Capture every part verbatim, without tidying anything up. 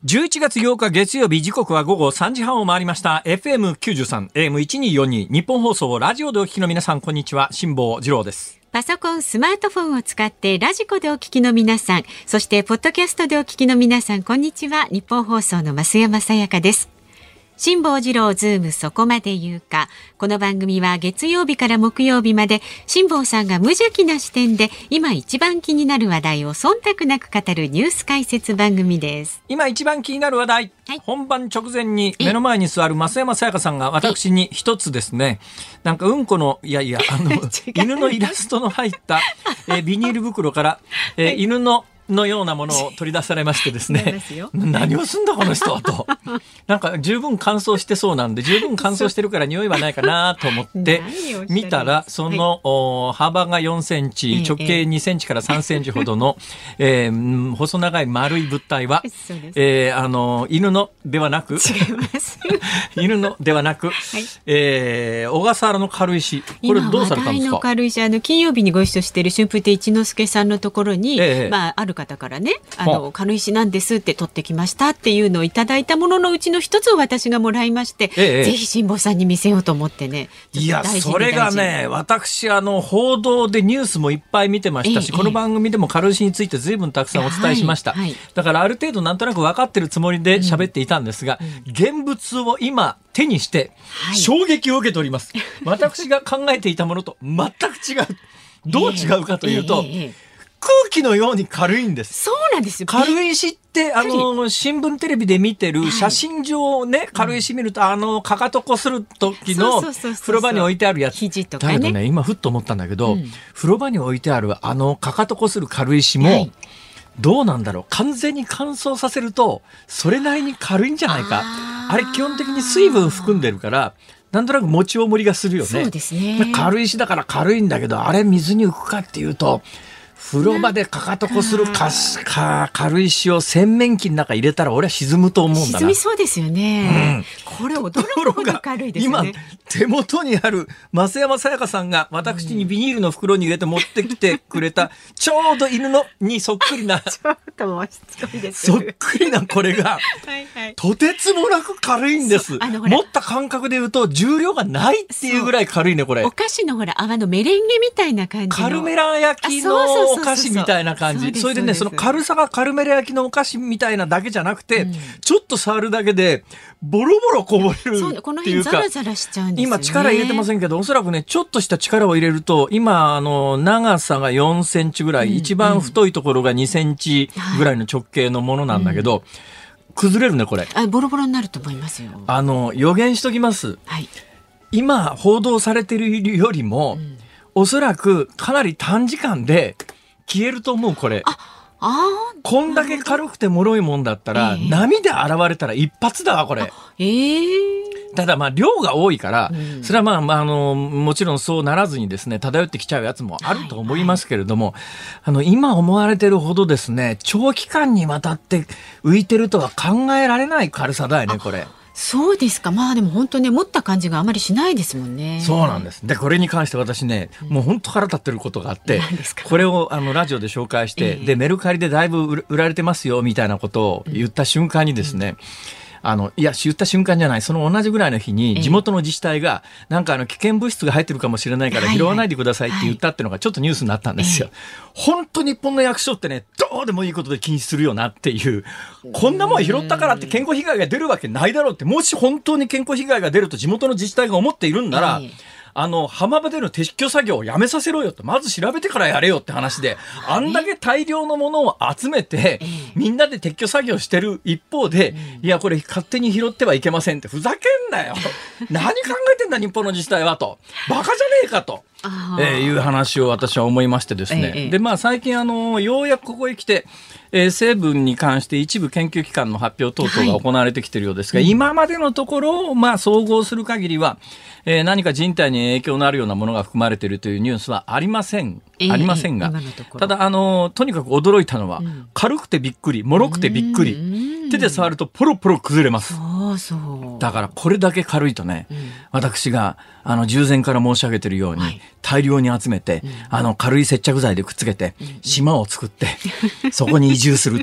じゅういちがつようか月曜日、時刻は午後さんじはんを回りました。 エフエムきゅうじゅうさん エーエムせんにひゃくよんじゅうに 日本放送ラジオでお聞きの皆さん、こんにちは。辛坊治郎です。 パソコン、スマートフォンを使ってラジコでお聞きの皆さん、そしてポッドキャストでお聞きの皆さん、こんにちは。日本放送の増山さやかです。辛坊治郎ズームそこまで言うか。この番組は月曜日から木曜日まで辛坊さんが無邪気な視点で今一番気になる話題を忖度なく語るニュース解説番組です。 今一番気になる話題、はい、本番直前に目の前に座る増山さやかさんが私に一つですね、なんかうんこのいやいやあの犬のイラストの入った、えー、ビニール袋から、えーはい、犬ののようなものを取り出されましてですね何をすんだこの人はとなんか十分乾燥してそうなんで十分乾燥してるから匂いはないかなと思って見たらその、はい、幅がよんセンチ直径にセンチからさんセンチほどの、えー、細長い丸い物体は、えー、あの犬のではなく違います犬のではなく、はいえー、小笠原の軽石これどうされたんですか？今話題の軽石あの金曜日にご一緒している春風亭一之輔さんのところに、えーまあ、ある方からねあの軽石なんですって取ってきましたっていうのをいただいたもののうちの一つを私がもらいまして、ええ、ぜひ辛坊さんに見せようと思ってねいやそれがね私あの報道でニュースもいっぱい見てましたし、ええ、この番組でも軽石について随分たくさんお伝えしました、はいはい、だからある程度なんとなく分かってるつもりで喋っていたんですが、うんうん、現物を今手にして衝撃を受けております、はい、私が考えていたものと全く違うどう違うかというと、ええええ空気のように軽いんです。 そうなんですよ。 軽石ってあの新聞テレビで見てる写真上ね、はい、軽石見るとあのかかとこする時の風呂場に置いてあるやつ肘とかね。 だけどね今ふっと思ったんだけど、うん、風呂場に置いてあるあのかかとこする軽石も、はい、どうなんだろう完全に乾燥させるとそれなりに軽いんじゃないか。あ, あれ基本的に水分含んでるからなんとなく持ち重りがするよね。 そうですね。 軽石だから軽いんだけどあれ水に浮くかっていうと風呂場でかかとこするかか軽石を洗面器の中入れたら俺は沈むと思うんだな。 沈みそうですよね、うん、これ驚くほど軽いですよね。 今手元にある増山さやかさんが私にビニールの袋に入れて持ってきてくれたちょうど犬のにそっくりなちょっともうしつこいですそっくりなこれがはい、はい、とてつもなく軽いんです。持った感覚で言うと重量がないっていうぐらい軽いねこれ。 お菓子のほら泡のメレンゲみたいな感じのカルメラ焼きのお菓子みたいな感じ。それでねその軽さがカルメラ焼きのお菓子みたいなだけじゃなくて、うん、ちょっと触るだけでボロボロこぼれるっていうか、そうこの辺ザラザラしちゃうんですよね。 今力入れてませんけどおそらくねちょっとした力を入れると今あの長さがよんセンチぐらい、うん、一番太いところがにセンチぐらいの直径のものなんだけど、はいうん、崩れるねこれ。 あボロボロになると思いますよ。 あの予言しときます、はい、今報道されているよりも、うん、おそらくかなり短時間で消えると思うこれ。ああこんだけ軽くて脆いもんだったら、えー、波で現れたら一発だわこれ。 えー、 ただまあ量が多いから、うん、それはまあ、まあ、あのもちろんそうならずにですね漂ってきちゃうやつもあると思いますけれども、はいはい、あの今思われてるほどですね長期間にわたって浮いてるとは考えられない軽さだよねこれ。 そうですか。まあでも本当ね持った感じがあまりしないですもんね。 そうなんです。でこれに関して私ね、うん、もう本当腹立ってることがあってこれをあのラジオで紹介して、えー、でメルカリでだいぶ売られてますよみたいなことを言った瞬間にですね、うんうんあのいや言った瞬間じゃないその同じぐらいの日に地元の自治体がなんかあの危険物質が入ってるかもしれないから拾わないでくださいって言ったっていうのがちょっとニュースになったんですよ、はいはい、本当日本の役所ってねどうでもいいことで禁止するよなっていうこんなもん拾ったからって健康被害が出るわけないだろうってもし本当に健康被害が出ると地元の自治体が思っているんなら、はいあの浜場での撤去作業をやめさせろよとまず調べてからやれよって話であんだけ大量のものを集めてみんなで撤去作業してる一方でいやこれ勝手に拾ってはいけませんってふざけんなよ何考えてんだ日本の自治体はとバカじゃねえかとえー、いう話を私は思いましてですね、ええ、でまあ最近あのようやくここへ来て、えー、成分に関して一部研究機関の発表等々が行われてきているようですが、はい、今までのところ、まあ、総合する限りは、えー、何か人体に影響のあるようなものが含まれているというニュースはありません、えー、ありませんがただあのとにかく驚いたのは、うん、軽くてびっくり脆くてびっくり手で触るとポロポロ崩れます。 そうそうだからこれだけ軽いとね、うん、私があの従前から申し上げているように、はい、大量に集めて、うん、あの軽い接着剤でくっつけて、うん、島を作ってそこに移住すると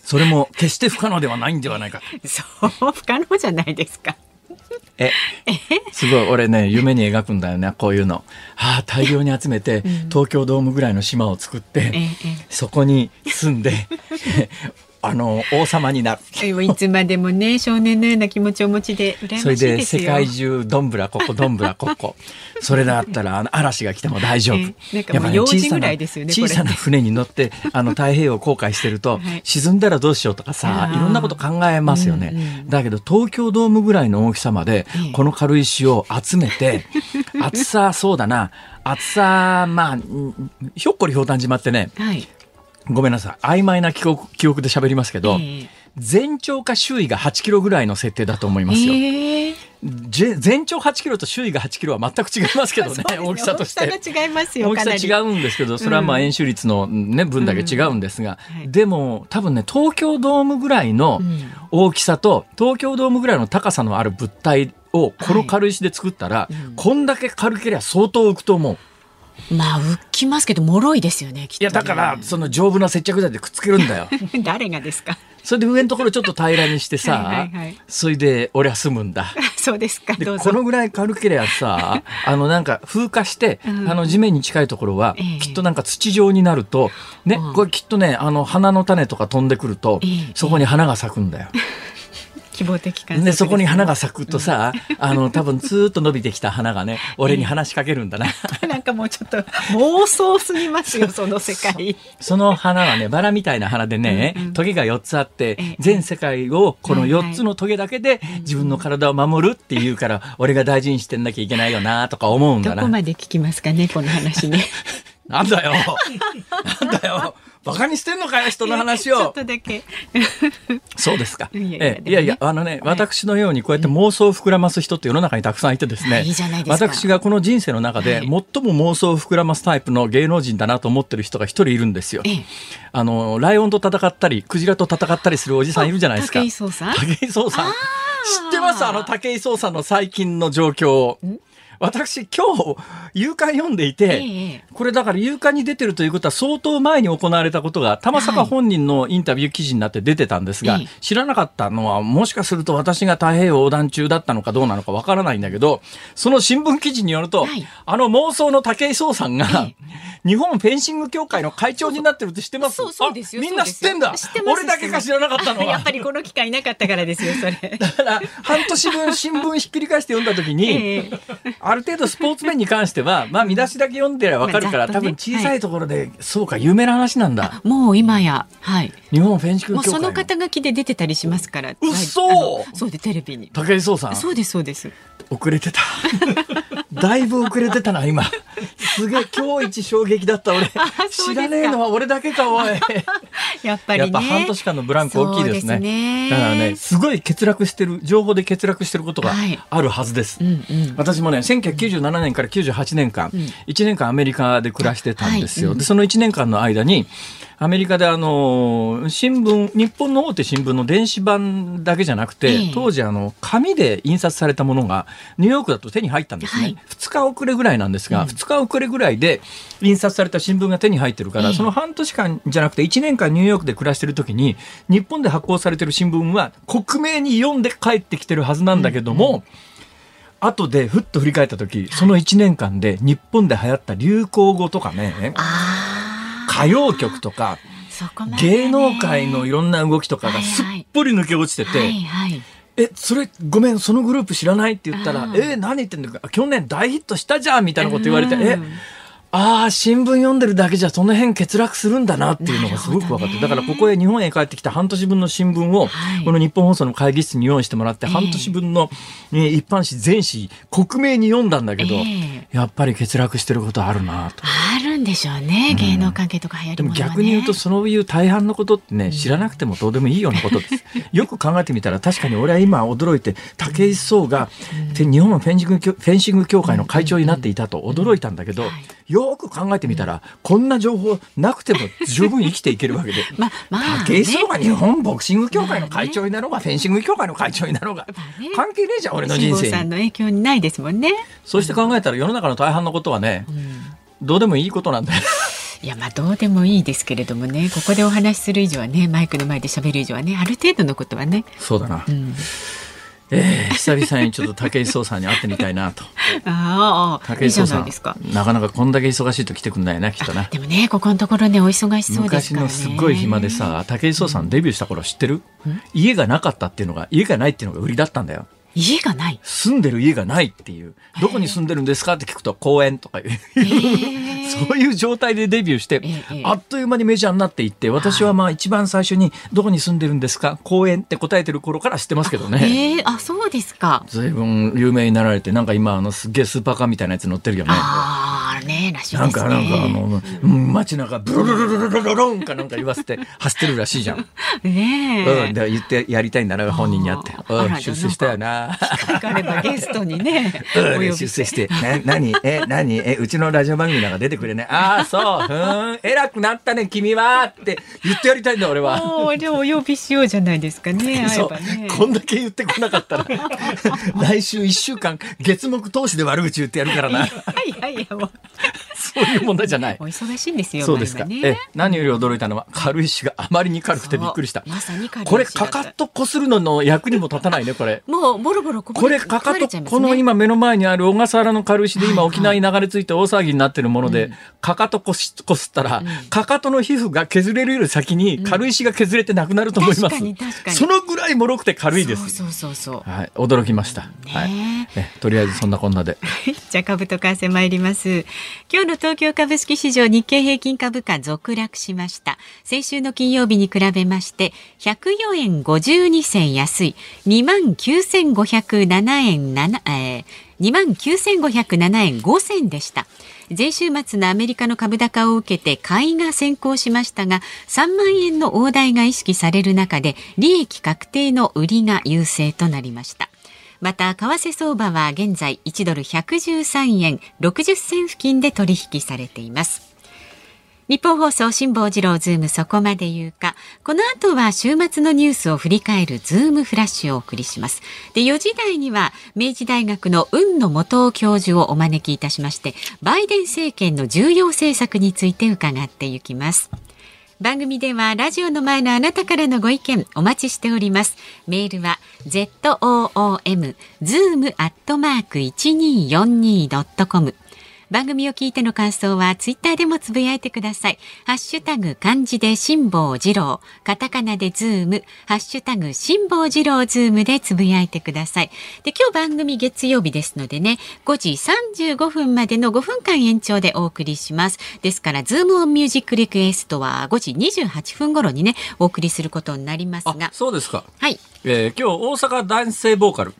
それも決して不可能ではないんではないか。 そう不可能じゃないですか。 えすごい俺ね夢に描くんだよねこういうの、はあ、大量に集めて、うん、東京ドームぐらいの島を作って、ええ、そこに住んであの王様になる。 いつまでもね少年のような気持ちをお持ちで羨ましいですよ。 それで世界中どんぶらここどんぶらここそれだったらあの嵐が来ても大丈夫。 なんかもう幼児ぐらいですよね。 小さな船に乗ってあの太平洋を航海してると、はい、沈んだらどうしようとかさいろんなこと考えますよね、うんうん、だけど東京ドームぐらいの大きさまでこの軽石を集めて、ええ、厚さそうだな厚さまあひょっこりひょうたん島ってね、はいごめんなさい曖昧な記憶、記憶で喋りますけど、えー、全長か周囲がはちキロぐらいの設定だと思いますよ、えー、全長はちキロと周囲がはちキロは全く違いますけど ね, ね大きさとして大きさが違いますよ。 大きさ違うんですけどそれはまあ円周率の、ね、分だけ違うんですが、うんはい、でも多分ね東京ドームぐらいの大きさと東京ドームぐらいの高さのある物体をこの軽石で作ったら、はいうん、こんだけ軽ければ相当浮くと思う。 まあ浮きますけど脆いですよねきっとね。 いやだからその丈夫な接着剤でくっつけるんだよ誰がですか。 それで上のところちょっと平らにしてさはいはい、はい、それで俺は住むんだそうですか。どうぞ。 このぐらい軽ければさあのなんか風化して、うん、あの地面に近いところは、えー、きっとなんか土状になるとね、うん、これきっとねあの花の種とか飛んでくると、えー、そこに花が咲くんだよ、えー希望的観測でそこに花が咲くとさ、うん、あの多分ずっと伸びてきた花がね俺に話しかけるんだななんかもうちょっと妄想すぎますよその世界そ, その花はねバラみたいな花でね、うんうん、トゲがよっつあって全世界をこのよっつのトゲだけで自分の体を守るっていうから俺が大事にしてんなきゃいけないよなとか思うんだな。 どこまで聞きますかねこの話ねなんだよなんだよバカにしてんのかよ人の話を。 ちょっとだけそうですか。いやいや、えいやいやあのね、はい、私のようにこうやって妄想を膨らます人って世の中にたくさんいてですね、 いいじゃないですか。 私がこの人生の中で最も妄想を膨らますタイプの芸能人だなと思ってる人が一人いるんですよ、ええ、あのライオンと戦ったりクジラと戦ったりするおじさんいるじゃないですか。 武井壮さん武井壮さん知ってますあの武井壮さんの最近の状況。ん私今日夕刊読んでいて、ええ、これだから夕刊に出てるということは相当前に行われたことが玉坂本人のインタビュー記事になって出てたんですが、はい、知らなかったのはもしかすると私が太平洋横断中だったのかどうなのかわからないんだけどその新聞記事によると、はい、あの妄想の武井壮さんが、ええ、日本フェンシング協会の会長になってるって知ってます？ そうそうですよ。 みんな知ってんだ。俺だけか知らなかったのはやっぱりこの機会なかったからですよそれだから半年分新聞ひっくり返して読んだ時に、ええ、ある程度スポーツ面に関しては、まあ、見出しだけ読んでれば分かるから、まあね、多分小さいところで、はい、そうか有名な話なんだ。 もう今や、はい、 日本フェンシング協会のもうその肩書きで出てたりしますから。 うっそーそうでテレビに武井壮さん。 そうですそうです。 遅れてただいぶ遅れてたな今すげえ今日一衝撃だった俺知らねえのは俺だけかおいやっぱりねやっぱ半年間のブランク大きいです ね, ですね。だからねすごい欠落してる情報で欠落してることがあるはずです、はいうんうん、私もねせんきゅうひゃくきゅうじゅうななねんからきゅうじゅうはちねんかん、うん、いちねんかんアメリカで暮らしてたんですよ、はいうん、でそのいちねんかんの間にアメリカであの新聞日本の大手新聞の電子版だけじゃなくて、ええ、当時あの紙で印刷されたものがニューヨークだと手に入ったんですね、はい、ふつか遅れぐらいなんですが、うん、ふつか遅れぐらいで印刷された新聞が手に入ってるから、ええ、その半年間じゃなくていちねんかんニューヨークで暮らしてる時に日本で発行されてる新聞は克明に読んで帰ってきてるはずなんだけども、うんうん後でふっと振り返った時そのいちねんかんで日本で流行った流行語とかね歌謡曲とか芸能界のいろんな動きとかがすっぽり抜け落ちてて、はいはい、えそれごめんそのグループ知らないって言ったらえ何言ってんだか去年大ヒットしたじゃんみたいなこと言われて、うん、えああ新聞読んでるだけじゃその辺欠落するんだなっていうのがすごく分かって、ね、だからここへ日本へ帰ってきた半年分の新聞を、はい、この日本放送の会議室に用意してもらって、えー、半年分の、えー、一般紙全紙克明に読んだんだけど、えー、やっぱり欠落してることあるなと。 あるんでしょうね、うん、芸能関係とか流行るものはね。でも逆に言うとそういう大半のことってね、うん、知らなくてもどうでもいいようなことですよく考えてみたら確かに俺は今驚いて武井壮が、うん、日本フェンシング、フェンシング協会の会長になっていたと驚いたんだけど、うんうんはい、よく考えてみたらこんな情報なくても十分生きていけるわけで、ままあね、武井壮が日本ボクシング協会の会長になろうが、まあね、フェンシング協会の会長になろうが、まあね、関係ねえじゃん俺の人生に。辛坊さんの影響にないですもんね。 そうして考えたら世の中の大半のことはね、うん、どうでもいいことなんだよいやまあどうでもいいですけれどもね、ここでお話しする以上はね、マイクの前で喋る以上はね、ある程度のことはね。 そうだな、 うん、 えー、久々にちょっと武井壮さんに会ってみたいなと。 ああ、 武井壮さん、なかなかこんだけ忙しいと来てくんないな、きっとな。 でもね、ここのところね、お忙しそうですからね。 昔のすごい暇でさ、武井壮さんデビューした頃知ってる？うん、家がなかったっていうのが、家がないっていうのが売りだったんだよ。 家がない、 住んでる家がないっていう。どこに住んでるんですかって聞くと公園とかいう、えー、そういう状態でデビューして、えー、あっという間にメジャーになっていって、私はまあ一番最初にどこに住んでるんですか、公園って答えてる頃から知ってますけどね。 えー、あ、そうですか。 随分有名になられて、なんか今あのすっげえスーパーカーみたいなやつ乗ってるよね。 ああね、らしいですね。 なんかなんかあの、うん、街中ブルルルルルルルルンかなんか言わせて走ってるらしいじゃん。 ねえ、 うん、で言ってやりたいんだな、本人に会って。うん、出世したよな。 聞かればゲストにね、 うん、出世して、え、何え、何え、うちのラジオ番組なんか出てくれね。ああ、そう、うん、偉くなったね、君はって言ってやりたいんだ、俺は。 おじゃあお呼びしようじゃないですかね。 そう、 ね、 こんだけ言ってこなかったら、来週いっしゅうかん、月木投資で悪口言ってやるからな。 はいはい、もう。 そういう問題じゃない。 お忙しいんですよ。 そうですか。 ね、 え、何より驚いたのは軽石があまりに軽くてびっくりした。 まさに軽石。 これかかとこするのの役にも立たないね、これ。 もうボロボロこぼれ、 これかかと、この今目の前にある小笠原の軽石で今沖縄に流れ着いて大騒ぎになってるもので、うん、かかとこす、こすったら、うん、かかとの皮膚が削れるより先に軽石が削れてなくなると思います。うん、確かに確かに。そのぐらい脆くて軽いです。 そうそうそうそう。 はい、驚きました。 ね、 はい。え、とりあえずそんなこんなで。 じゃあ株と為替参ります。今日の東京株式市場、日経平均株価続落しました。先週の金曜日に比べましてひゃくよえんごじゅうにせん安い にまんきゅうせんごひゃくななえんなな、えー、にまんきゅうせんごひゃくななえんごせんでした。前週末のアメリカの株高を受けて買いが先行しましたが、さんまんえんの大台が意識される中で利益確定の売りが優勢となりました。また為替相場は現在いちドルひゃくじゅうさんえんろくじゅっせん付近で取引されています。日本放送辛坊治郎ズームそこまで言うか。この後は週末のニュースを振り返るズームフラッシュをお送りします。で、よじ台には明治大学の雲野元夫教授をお招きいたしまして、バイデン政権の重要政策について伺っていきます。番組ではラジオの前のあなたからのご意見お待ちしております。メールは ズーム ズーム アットマーク いちにーよんにー ドットコム。番組を聞いての感想はツイッターでもつぶやいてください。ハッシュタグ漢字で辛坊治郎、カタカナでズーム、ハッシュタグ辛坊治郎ズームでつぶやいてください。で、今日番組月曜日ですのでね、ごじさんじゅうごふんまでのごふんかん延長でお送りします。ですからズームオンミュージックリクエストはごじにじゅうはっぷん頃にねお送りすることになりますが。 あ、そうですか。 はい。 えー、今日大阪男性ボーカル。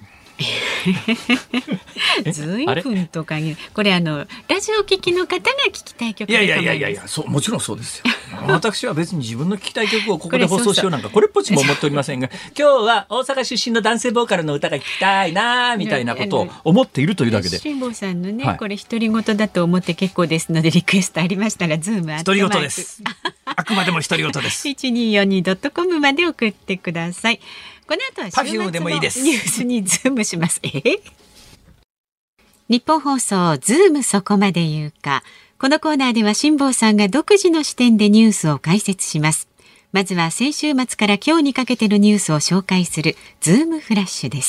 ずいぶんとかこれあのラジオ聞きの方が聞きたい曲。 いやいやいやいやいや、そう、もちろんそうですよ。私は別に自分の聞きたい曲をここで放送しようなんかこれっぽっちも思っておりませんが、今日は大阪出身の男性ボーカルの歌が聞きたいなみたいなことを思っているというだけで、 辛坊さんのね、はい、これ独り言だと思って結構ですので、リクエストありましたらズームアットマーク独り言です。あくまでも独り言です。 いちにーよんにー ドットコム まで送ってください。この後は週末のニュースにズームします。えー、日本放送ズームそこまで言うか。このコーナーでは辛坊さんが独自の視点でニュースを解説します。まずは先週末から今日にかけてのニュースを紹介するズームフラッシュです。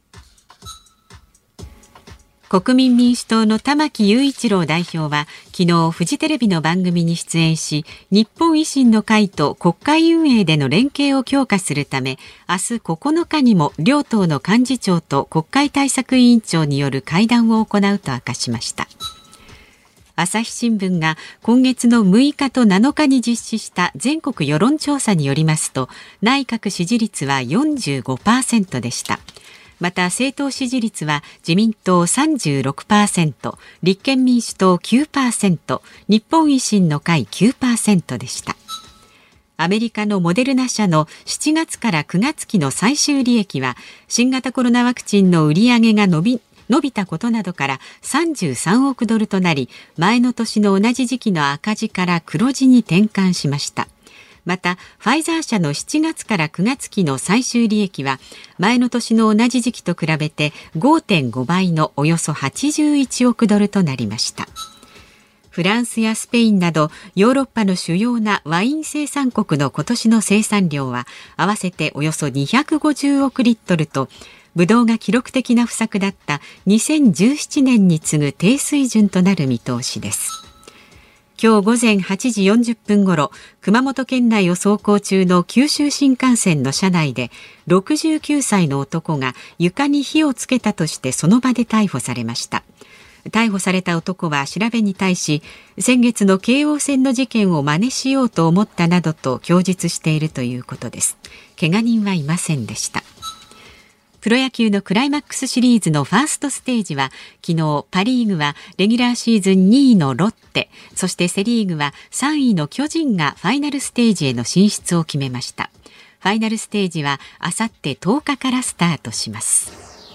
国民民主党の玉木雄一郎代表は昨日フジテレビの番組に出演し、日本維新の会と国会運営での連携を強化するため、明日ここのかにも両党の幹事長と国会対策委員長による会談を行うと明かしました。朝日新聞が今月のむいかとなのかに実施した全国世論調査によりますと、内閣支持率は よんじゅうごパーセント でした。また政党支持率は自民党 さんじゅうろくパーセント、立憲民主党 きゅうパーセント、日本維新の会 きゅうパーセント でした。アメリカのモデルナ社のしちがつからくがつ期の最終利益は、新型コロナワクチンの売り上げが伸び伸びたことなどからさんじゅうさんおくドルとなり、前の年の同じ時期の赤字から黒字に転換しました。またファイザー社のしちがつからくがつ期の最終利益は前の年の同じ時期と比べて ごてんごばいのおよそはちじゅういちおくドルとなりました。 フランスやスペインなどヨーロッパの主要なワイン生産国の今年の生産量は合わせておよそにひゃくごじゅうおくリットルと、ブドウが記録的な不作だったにせんじゅうななねんに次ぐ低水準となる見通しです。今日午前はちじよんじゅっぷんごろ、熊本県内を走行中の九州新幹線の車内でろくじゅうきゅうさいの男が床に火をつけたとしてその場で逮捕されました。逮捕された男は調べに対し、先月の京王線の事件を真似しようと思ったなどと供述しているということです。怪我人はいませんでした。プロ野球のクライマックスシリーズのファーストステージは昨日、パリーグはレギュラーシーズンにいのロッテ、そしてセリーグはさんいの巨人がファイナルステージへの進出を決めました。ファイナルステージはあさってとおかからスタートします。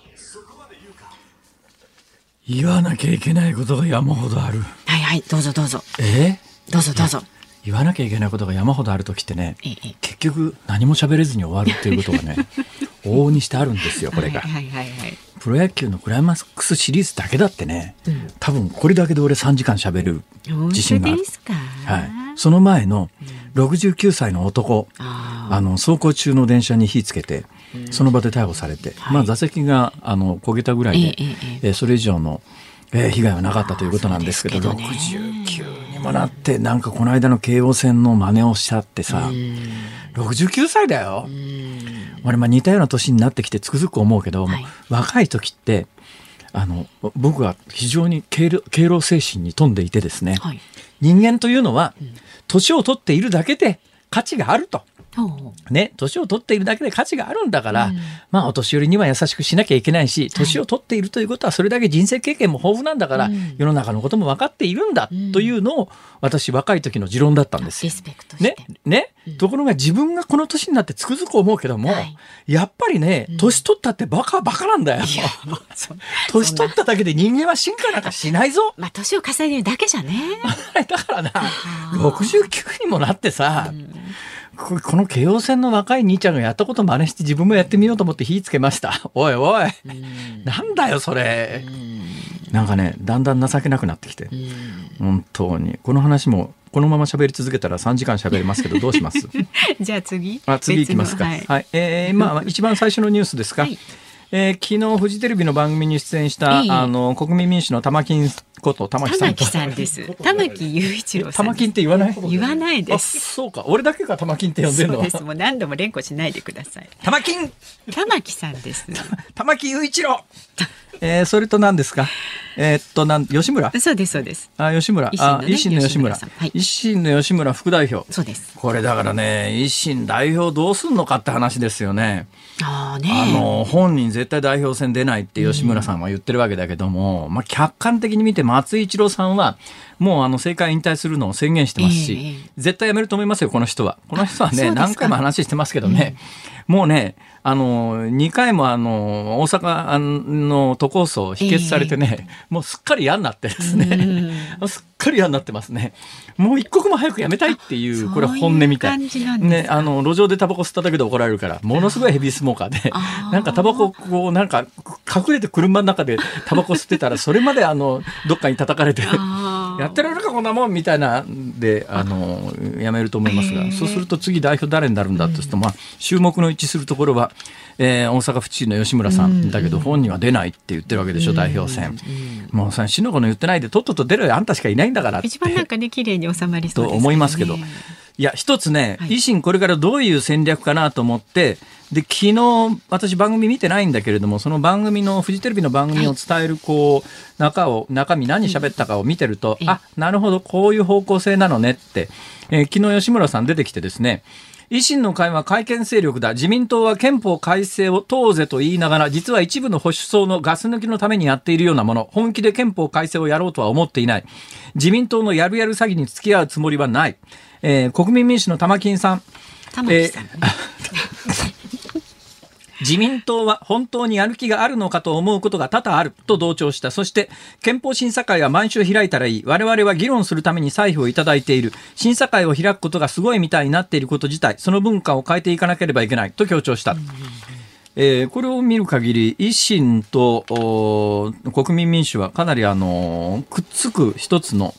言わなきゃいけないことが山ほどある。 はいはい、どうぞどうぞ。 えー、 どうぞどうぞ。 言わなきゃいけないことが山ほどあるときってね、ええ、結局何も喋れずに終わるっていうことがね往々にしてあるんですよ、これが。はいはいはいはい、プロ野球のクライマックスシリーズだけだってね、うん、多分これだけで俺さんじかん喋れる自信がある。 本当ですか？ はい、その前のろくじゅうきゅうさいの男、うん、あの走行中の電車に火つけて、うん、その場で逮捕されて、はい、まあ、座席があの焦げたぐらいで、ええええ、それ以上のえー、被害はなかったということなんですけど、けどろくじゅうきゅうにもなってなんかこの間の京王線の真似をしちゃってさ、ろくじゅうきゅうさいだよ。俺まあ似たような年になってきてつくづく思うけど、はい、若い時ってあの僕は非常に敬老、敬老精神に富んでいてですね、はい、人間というのは年を取っているだけで価値があると。ね、年を取っているだけで価値があるんだから、うん、まあお年寄りには優しくしなきゃいけないし、年を取っているということはそれだけ人生経験も豊富なんだから、うん、世の中のことも分かっているんだというのを、私若い時の持論だったんですよ。リスペクトして。ね、ね、うん、ところが自分がこの年になってつくづく思うけども、はい、やっぱりね、年取ったってバカバカなんだよ。年取っただけで人間は進化なんかしないぞ。 まあ年を重ねるだけじゃね。 だからな、ろくじゅうきゅうにもなってさ、うん、この京王線の若い兄ちゃんがやったこと真似して自分もやってみようと思って火つけました。おいおい、なんだよそれ。なんかね、だんだん情けなくなってきて、本当にこの話もこのまま喋り続けたらさんじかん喋れますけどどうします？ じゃあ次あ次いきますか。はい、はい、えー、まあ一番最初のニュースですか。はい、えー、昨日フジテレビの番組に出演した、えー、あの国民民主の玉金こと玉木さんと。 玉木さんです。玉木雄一郎さん。 玉金って言わない？ 言わないです。 そうか、俺だけが玉金って呼んでるのは。 そうです。もう何度も連呼しないでください。 玉金。 玉木さんです。 玉木雄一郎。えー、それと何ですか。えー、っとなん吉村。 そうですそうです。 あ吉村。あ維新の吉村。維新の吉村副代表。 そうです。 これだからね、維新代表どうすんのかって話ですよね。 あね、 あの本人絶対代表選出ないって吉村さんは言ってるわけだけども、うん、まあ、客観的に見て松井一郎さんはもうあの政界引退するのを宣言してますし、えー、絶対辞めると思いますよこの人は。この人はね何回も話してますけどね、うん、もうねあのにかいもあの大阪の都構想否決されてね、えー、もうすっかり嫌になってですね、うん、すっかり嫌になってますね。もう一刻も早く辞めたいっていうこれは本音みたいね。あの路上でタバコ吸っただけで怒られるからものすごいヘビースモーカーでなんかタバコこうなんか隠れて車の中でタバコ吸ってたらそれまであのどっかに叩かれてやってられるかこんなもんみたいなであのやめると思いますが、そうすると次代表誰になるんだとすると、まあ、注目の一致するところは、えー、大阪府知事の吉村さんだけど本人は出ないって言ってるわけでしょ代表選。もうさしのこの言ってないでとっとと出るよあんたしかいないんだからって一番なんかね綺麗に収まりそうですねと思いますけど、いや一つね、はい、維新これからどういう戦略かなと思ってで昨日私番組見てないんだけれどもその番組のフジテレビの番組を伝えるこう中を中身何喋ったかを見てると、うん、あなるほどこういう方向性なのねって、えー、昨日吉村さん出てきてですね、維新の会は改憲勢力だ、自民党は憲法改正を党是と言いながら実は一部の保守層のガス抜きのためにやっているようなもの、本気で憲法改正をやろうとは思っていない、自民党のやるやる詐欺に付き合うつもりはない、えー、国民民主の玉金さん、 玉木さん、ねえー自民党は本当にやる気があるのかと思うことが多々あると同調した。そして憲法審査会は毎週開いたらいい、我々は議論するために歳費をいただいている、審査会を開くことがすごいみたいになっていること自体その文化を変えていかなければいけないと強調した。えー、これを見る限り維新と国民民主はかなりあのくっつく一つの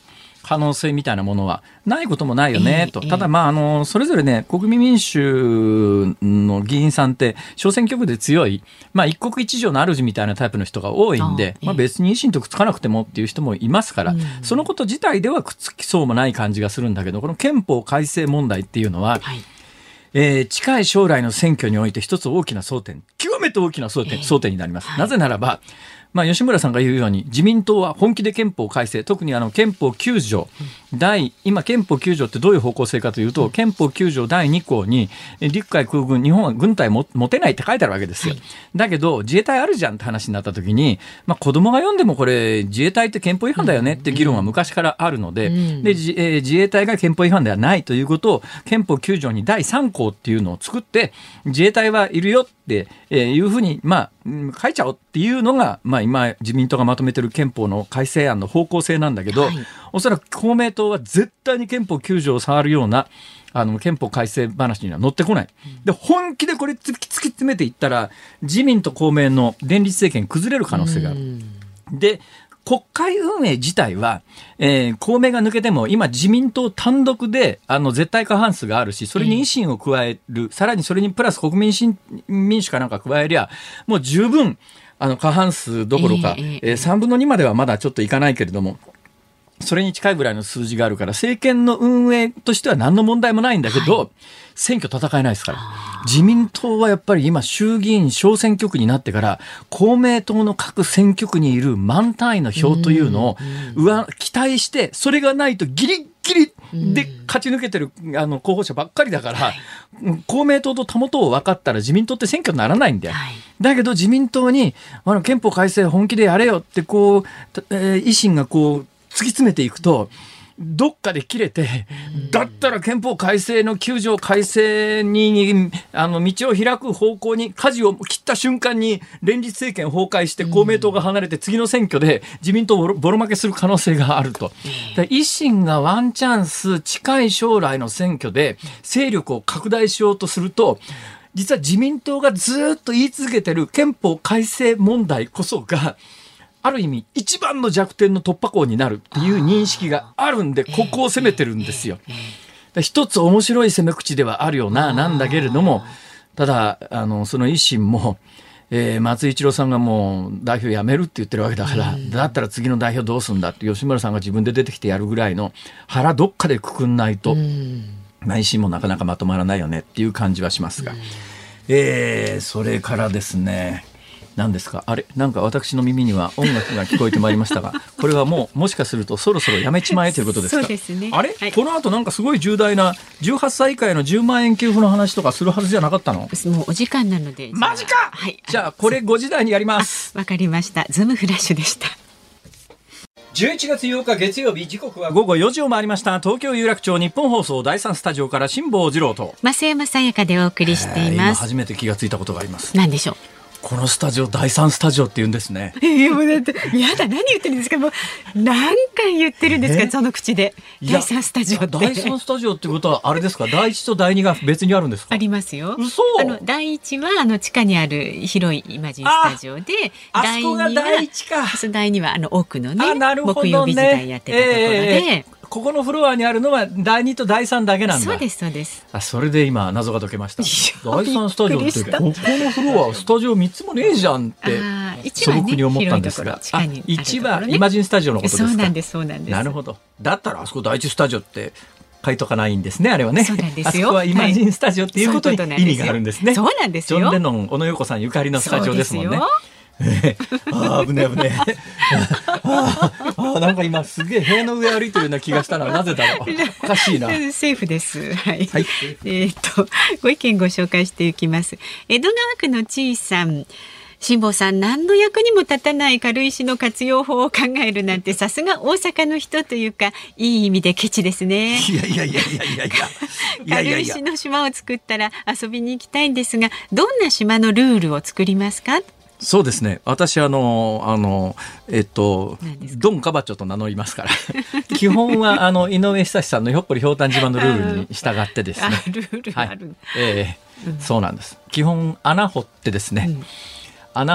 可能性みたいなものはないこともないよね、と。 えー、 ただ、まあ、あのそれぞれね、国民民主の議員さんって小選挙区で強い、まあ、一国一城の主みたいなタイプの人が多いんで、まあ、別に維新とくっつかなくてもっていう人もいますから、うん、そのこと自体ではくっつきそうもない感じがするんだけど、この憲法改正問題っていうのは、はい、えー、近い将来の選挙において一つ大きな争点、極めて大きな争点、えー、争点になります。はい、なぜならば、まあ、吉村さんが言うように自民党は本気で憲法改正、特にあの憲法きゅう条、うん、第今憲法きゅう条ってどういう方向性かというと、うん、憲法きゅう条だいに項に陸海空軍日本は軍隊も持てないって書いてあるわけですよ。はい、だけど自衛隊あるじゃんって話になった時に、まあ、子供が読んでもこれ自衛隊って憲法違反だよねって議論は昔からあるので、うん、で自、えー、自衛隊が憲法違反ではないということを憲法きゅう条にだいさん項っていうのを作って自衛隊はいるよっていうふうに、まあ、書いちゃおうっていうのが、まあ、今自民党がまとめている憲法の改正案の方向性なんだけど、はい、おそらく公明党は絶対に憲法きゅう条を触るようなあの憲法改正話には乗ってこない。で、本気でこれ突き詰めていったら自民と公明の連立政権崩れる可能性がある。で、国会運営自体は、えー、公明が抜けても今自民党単独であの絶対過半数があるし、それに維新を加える、さらにそれにプラス国民民主かなんか加えりゃもう十分あの過半数どころか、えーえー、さんぶんのにまではまだちょっといかないけれども、それに近いぐらいの数字があるから政権の運営としては何の問題もないんだけど、はい、選挙戦えないですから。自民党はやっぱり今衆議院小選挙区になってから公明党の各選挙区にいる満単位の票というのを上期待して、それがないとギリギリで勝ち抜けてるあの候補者ばっかりだから、はい、公明党とたもとを分かったら自民党って選挙にならないんだよ。はい、だけど自民党にあの憲法改正本気でやれよってこう、えー、維新がこう突き詰めていくとどっかで切れて、だったら憲法改正のきゅう条改正にあの道を開く方向に舵を切った瞬間に連立政権崩壊して公明党が離れて次の選挙で自民党をボロ負けする可能性があると。維新がワンチャンス近い将来の選挙で勢力を拡大しようとすると、実は自民党がずっと言い続けてる憲法改正問題こそがある意味一番の弱点の突破口になるっていう認識があるんで、ここを攻めてるんですよ。一つ面白い攻め口ではあるよな、なんだけれども、ただあのその維新も、えー、松井一郎さんがもう代表辞めるって言ってるわけだから、だったら次の代表どうすんだって吉村さんが自分で出てきてやるぐらいの腹どっかでくくんないと、まあ、維新もなかなかまとまらないよねっていう感じはしますが、えー、それからですね、何ですかあれ、なんか私の耳には音楽が聞こえてまいりましたが、これはもうもしかするとそろそろやめちまえということですか。 そうですね。 あれ、 はい、 この後なんかすごい重大なじゅうはっさい以下へのじゅうまんえん給付の話とかするはずじゃなかったの。 もうお時間なので。 マジか、はい、じゃあこれごじ台にやります。 わかりました。ズームフラッシュでした。 じゅういちがつようか月曜日、時刻はごごよじを回りました。東京有楽町日本放送だいさんスタジオから辛坊治郎と増山さやかでお送りしています。今初めて気がついたことがあります。 何でしょう。 このスタジオだいさんスタジオって言うんですね。 えー、もうだってやだ、何言ってるんですか。もう何回言ってるんですか、えー、その口でだいさんスタジオって。 だいさんスタジオってことはあれですか、だいいちとだいにが別にあるんですか。 ありますよ。 嘘。 あのだいいちはあの地下にある広いイマジンスタジオで、 だいにはだいいちか。 だいにはあの奥のね、 ね、 木曜日時代やってたところで、 えーここのフロアにあるのはだいにとだいさんだけなんだ。 そうですそうです。 あ、それで今謎が解けました。だいさんスタジオってここのフロアスタジオみっつもねえじゃんって素朴に思ったんですが、あ、いちはイマジンスタジオのことですか。 そうなんですそうなんです。 なるほど。だったらあそこだいいちスタジオって書いとかないんですね、あれはね。 そうなんですよ。 あそこはイマジンスタジオっていうことに意味があるんですね。 そうなんですよ。 ジョン・レノン、小野洋子さんゆかりのスタジオですもんね。あー、危ねえ危ねえあー、なんか今すげえ塀の上歩いてるような気がしたのはなぜだろう。おかしいな。 セーフです。はい。 はい、 えー、っとご意見ご紹介していきます。江戸川区のちいさん。辛坊さん、何の役にも立たない軽石の活用法を考えるなんてさすが大阪の人というか、いい意味でケチですね。 いやいやいやいやいやいや軽石の島を作ったら遊びに行きたいんですが、どんな島のルールを作りますか。 そうですね、私あのあのえっとドンカバチョと名乗りますから基本はあの井上久志さんのひょっこりひょうたん島のルールに従ってですねルールがある、 はい、えーうん、そうなんです。基本穴掘ってですね、うん、穴掘っ 、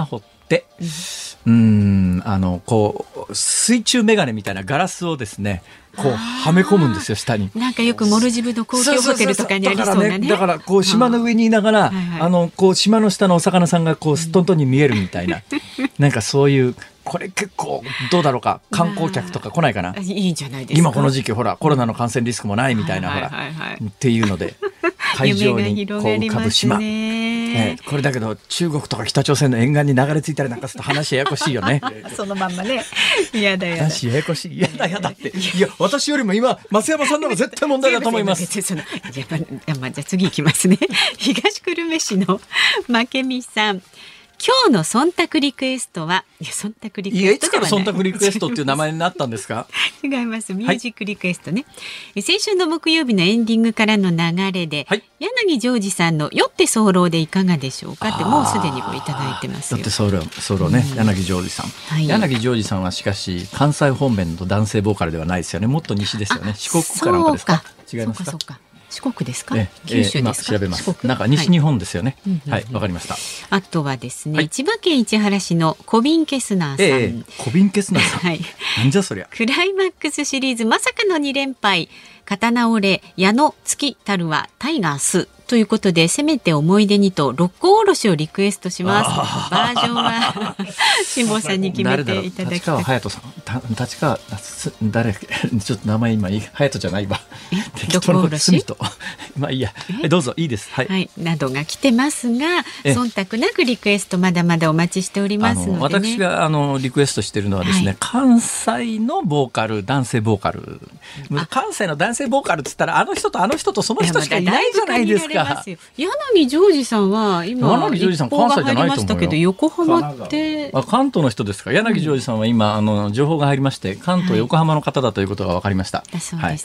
うん、うーんあのこう水中メガネみたいなガラスをですねこうはめ込むんですよ下に。 なんかよくモルジブの高級ホテルとかにありそうなね。 だからこう島の上にいながら、はいはい、あのこう島の下のお魚さんがこうトントンに見えるみたいな、うん、なんかそういうこれ結構どうだろうか観光客とか来ないかな。 いいんじゃないですか。 今この時期ほらコロナの感染リスクもないみたいな、はいはいはいはい、ほらっていうので海上にこう浮かぶ島、ね、これだけど中国とか北朝鮮の沿岸に流れ着いたりなんかすると話ややこしいよね。 そのまんまね。やだやだ。 話ややこしい。やだやだって。いや私よりも今増山さんの方が絶対問題だと思います。 そのやっぱまあ、じゃあ次行きますね。東久留米市の負けみさん。今日の忖度リクエストはいや忖度リクエストではない。いつから忖度リクエストっていう名前になったんですか。違います。ミュージックリクエストね、はい、先週の木曜日のエンディングからの流れで、はい、柳ジョージさんの酔って候でいかがでしょうかってもうすでにこういただいてますよ。酔って候ね、うん、柳ジョージさん、はい、柳ジョージさんはしかし関西方面の男性ボーカルではないですよね。もっと西ですよね。四国かなんかですか。違いますか。そうかそうか四国ですか、ええ、九州ですか、ええ、調べます。なんか西日本ですよね。はい、わ、はい、かりました。あとはですね、はい、千葉県市原市のコビンケスナーさん、ええ、コビンケスナーさん、はい、なんじゃそりゃ。クライマックスシリーズまさかのに連敗、刀折れ矢の月たるはタイガースということで、せめて思い出にと六甲おろしをリクエストします。バージョンは辛坊さんに決めていただきたい。立川隼人さん、た立川誰ちょっと名前今隼人じゃないわ。六甲おろしまあいいや、どうぞいいです、はいはい、などが来てますが、忖度なくリクエストまだまだお待ちしておりますので、ね、私があのリクエストしているのはですね、はい、関西のボーカル、男性ボーカル、関西の男性ボーカルって言ったらあの人とあの人とその人しかいないじゃないですか。柳ジョージさんは今一報が入りましたけど、横浜ってあ関東の人ですか。柳ジョージさんは今あの情報が入りまして、関東横浜の方だということが分かりました。はい、そうです、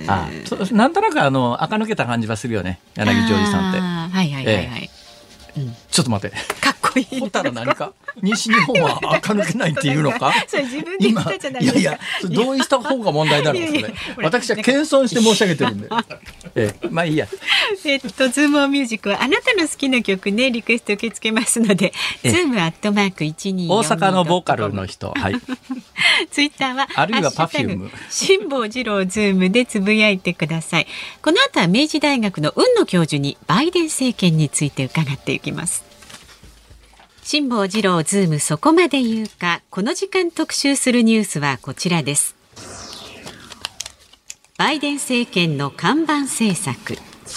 はい、あなんとなくあの垢抜けた感じはするよね、柳ジョージさんって。はいはいはいはい、ええうん、ちょっと待って、かっこいい。ホタル何か西日本は垢抜けないっていうのか。それ自分で言ったじゃないですか。いやいや同意した方が問題だろう。それ私は謙遜して申し上げてるんでええ、まあいいや。えっとズームオンミュージックはあなたの好きな曲ねリクエスト受け付けますので、ズームアットマークいちにーよんに大阪のボーカルの人、はい、ツイッターはあるいはパフューム辛坊治郎ズームでつぶやいてください。この後は明治大学の雲野教授にバイデン政権について伺っていきます。辛坊治郎ズームそこまで言うか。この時間特集するニュースはこちらです。バイデン政権の看板政策。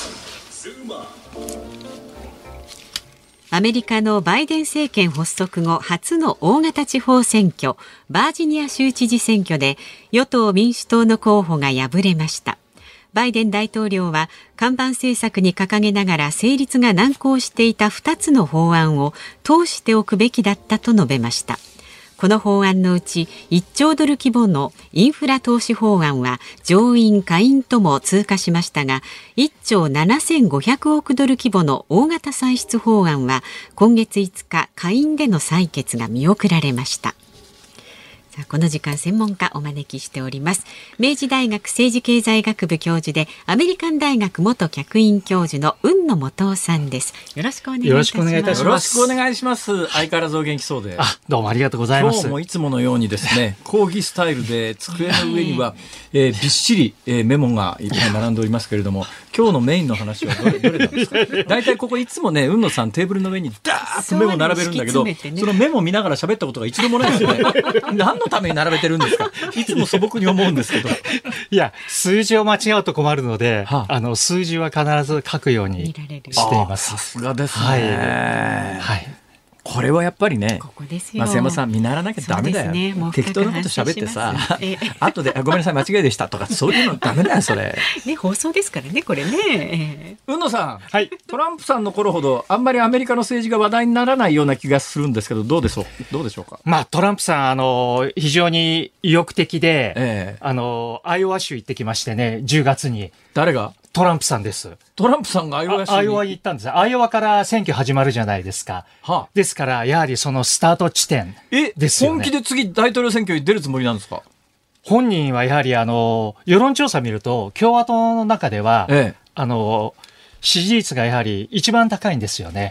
アメリカのバイデン政権発足後初の大型地方選挙、バージニア州知事選挙で与党民主党の候補が敗れました。バイデン大統領は看板政策に掲げながら成立が難航していたふたつの法案を通しておくべきだったと述べました。この法案のうちいっちょうドル規模のインフラ投資法案は上院下院とも通過しましたが、いっちょうななせんごひゃくおくドル規模の大型歳出法案は今月いつか下院での採決が見送られました。さあこの時間専門家お招きしております。明治大学政治経済学部教授でアメリカン大学元客員教授の雲野元夫さんです。よろしくお願いいたします。よろしくお願いいたします。よろしくお願いします。相変わらずお元気そうで。あ、どうもありがとうございます。今日もいつものようにですね、講義スタイルで机の上には、えー、びっしり、えー、メモがいっぱい並んでおりますけれども、今日のメインの話はどれ、どれなんですか。大体ここいつもね、雲野さんテーブルの上にダーッとメモ並べるんだけど、 そ,、ね、そのメモ見ながら喋ったことが一度もないですよね。何のために並べてるんですか。いつも素朴に思うんですけど。いや、数字を間違うと困るので、はあ、あの数字は必ず書くようにしています。さすがですね。はいはい、これはやっぱりね、ここですよ。増山さん見習わなきゃダメだよ、ね、適当なこと喋ってさ、えー、後でごめんなさい間違いでしたとかそういうのダメだよそれね、放送ですからねこれね。雲野さん、はい、トランプさんの頃ほどあんまりアメリカの政治が話題にならないような気がするんですけど、どうでしょう、どうでしょうか。まあ、トランプさんあの非常に意欲的で、えー、あのアイオワ州行ってきましてね、じゅうがつに。誰が？トランプさんです。トランプさんがアイオワ州に、アイオワに行ったんです。アイオワから選挙始まるじゃないですか、はあ、ですからやはりそのスタート地点ですよね。え、本気で次大統領選挙に出るつもりなんですか。本人はやはりあの世論調査見ると共和党の中では、ええ、あの支持率がやはり一番高いんですよね。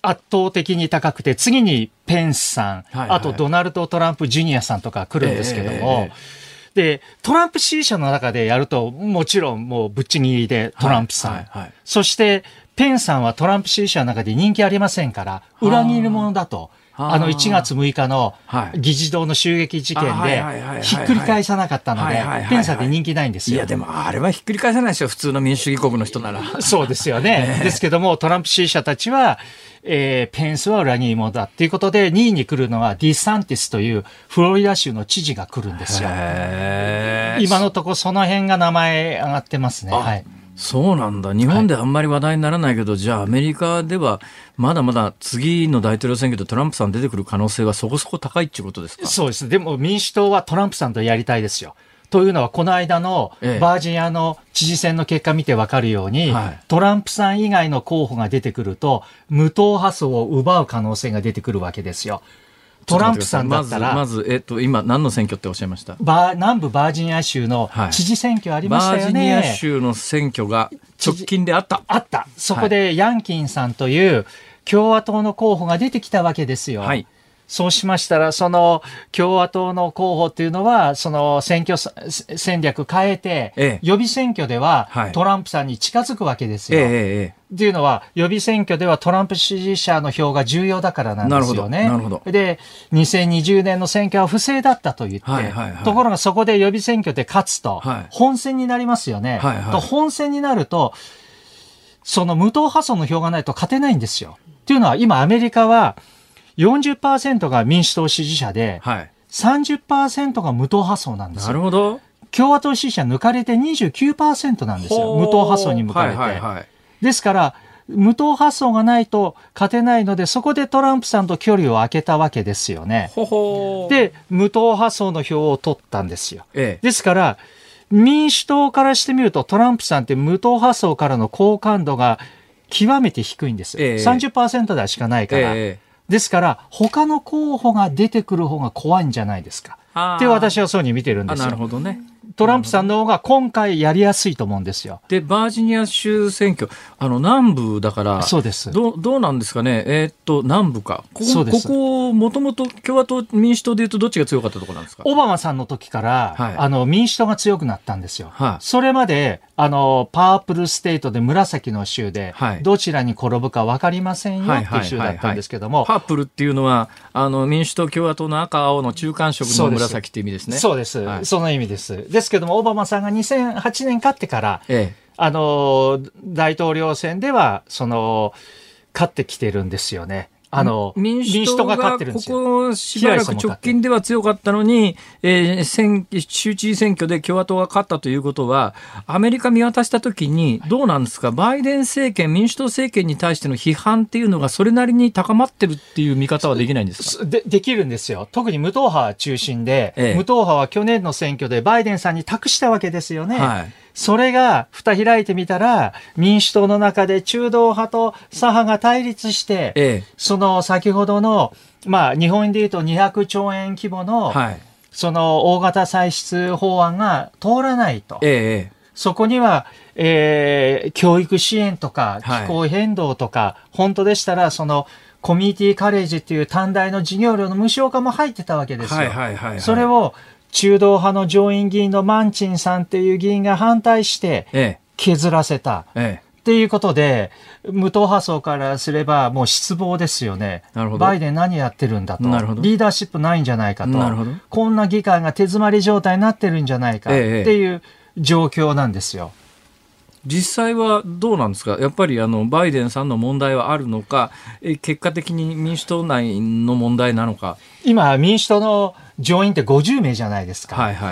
圧倒的に高くて、次にペンスさん、はいはい、あとドナルド・トランプ・ジュニアさんとか来るんですけども、えー、でトランプ支持者の中でやるともちろんもうぶっちぎりでトランプさん、はいはいはい、そしてペンさんはトランプ支持者の中で人気ありませんから裏切り者だと。あのいちがつむいかの議事堂の襲撃事件でひっくり返さなかったので、ペンさんって人気ないんですよ。 いやでもあれはひっくり返さないですよ、普通の民主主義国の人なら。 そうですよね。ですけどもトランプ支持者たちは、えー、ペンスは裏切り者だっていうことでにいに来るのはディサンティスというフロリダ州の知事が来るんですよ。今のところその辺が名前上がってますね。はい。 そうなんだ。日本であんまり話題にならないけど、はい、じゃあアメリカではまだまだ次の大統領選挙でトランプさん出てくる可能性はそこそこ高いっていうことですか？ そうです。でも民主党はトランプさんとやりたいですよ。というのはこの間のバージニアの知事選の結果見て分かるように、はい、トランプさん以外の候補が出てくると無党派層を奪う可能性が出てくるわけですよ。トランプさんだったらまず、まずえっと、今何の選挙っておっしゃいました？ バ南部バージニア州の知事選挙ありましたよね、 はい、バージニア州の選挙が直近であったあったそこでヤンキンさんという共和党の候補が出てきたわけですよ、はい、そうしましたらその共和党の候補っていうのはその選挙戦略変えて、ええ、予備選挙ではトランプさんに近づくわけですよ、ええええ、っていうのは予備選挙ではトランプ支持者の票が重要だからなんですよね。 なるほど。 でにせんにじゅうねんの選挙は不正だったと言って、はいはいはい、ところがそこで予備選挙で勝つと、はい、本選になりますよね、はいはい、と本選になるとその無党派層の票がないと勝てないんですよ。っていうのは今アメリカはよんじゅっパーセント が民主党支持者で、はい、さんじゅっパーセント が無党派層なんですよ。 なるほど。 共和党支持者抜かれて にじゅうきゅうパーセント なんですよ。無党派層に向かれて、はいはいはい。ですから無党派層がないと勝てないのでそこでトランプさんと距離を空けたわけですよね。ほほで無党派層の票を取ったんですよ、ええ、ですから民主党からしてみるとトランプさんって無党派層からの好感度が極めて低いんです、ええ、さんじゅっパーセント 台しかないから、ええ、ですから他の候補が出てくる方が怖いんじゃないですかって私はそうに見てるんですよ。 なるほどね。 トランプさんの方が今回やりやすいと思うんですよ。 でバージニア州選挙あの南部だからそうですどう、どうなんですかね、えー、っと南部かここ、ここもともと共和党民主党でいうとどっちが強かったところなんですか？ オバマさんの時から、はい、あの民主党が強くなったんですよ、はい、それまであのパープルステートで紫の州で、はい、どちらに転ぶか分かりませんよっていう州だったんですけども、 パープルっていうのはあの民主党共和党の赤青の中間色の紫っていう意味ですね。 そうです、はい、その意味です。ですけどもオバマさんがにせんはちねん勝ってから、ええ、あの大統領選ではその勝ってきてるんですよね。あの民主党が勝ってるんですよ。ここしばらく直近では強かったのに、えー、選州知事選挙で共和党が勝ったということはアメリカ見渡したときにどうなんですか、バイデン政権民主党政権に対しての批判っていうのがそれなりに高まってるっていう見方はできないんですか？ で, できるんですよ。特に無党派中心で、ええ、無党派は去年の選挙でバイデンさんに託したわけですよね、はい。それが蓋開いてみたら民主党の中で中道派と左派が対立して、ええ、その先ほどの、まあ、日本円でいうとにひゃくちょうえん規模の、はい、その大型歳出法案が通らないと、ええ、そこには、えー、教育支援とか気候変動とか、はい、本当でしたらそのコミュニティカレッジっていう短大の授業料の無償化も入ってたわけですよ、はいはいはいはい。それを中道派の上院議員のマンチンさんっていう議員が反対して削らせた、ええ、っていうことで無党派層からすればもう失望ですよね。なるほど。バイデン何やってるんだと、なるほど、リーダーシップないんじゃないかと、なるほど、こんな議会が手詰まり状態になってるんじゃないかっていう状況なんですよ、ええ。 実際はどうなんですか？やっぱりあのバイデンさんの問題はあるのか、え結果的に民主党内の問題なのか。 今民主党の上院ってごじゅうめいじゃないですか、はいはい、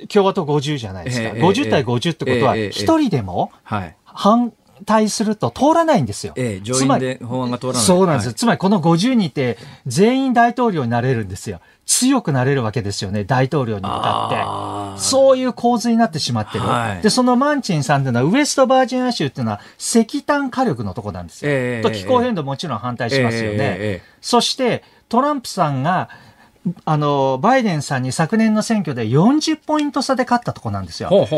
共和党ごじゅうじゃないですか、えー、ごじゅうたいごじゅうってことはひとりでも反対すると通らないんですよ、 えー、上院で法案が通らない。 そうなんです、はい、つまりこのごじゅうにんって全員大統領になれるんですよ。強くなれるわけですよね、大統領に向かって。そういう構図になってしまってる、はい、でそのマンチンさんというのはウエストバージニア州というのは石炭火力のとこなんですよ、えー、と気候変動もちろん反対しますよね、えー、そしてトランプさんがあのバイデンさんに昨年の選挙でよんじゅっポイント差で勝ったとこなんですよ。ほうほう。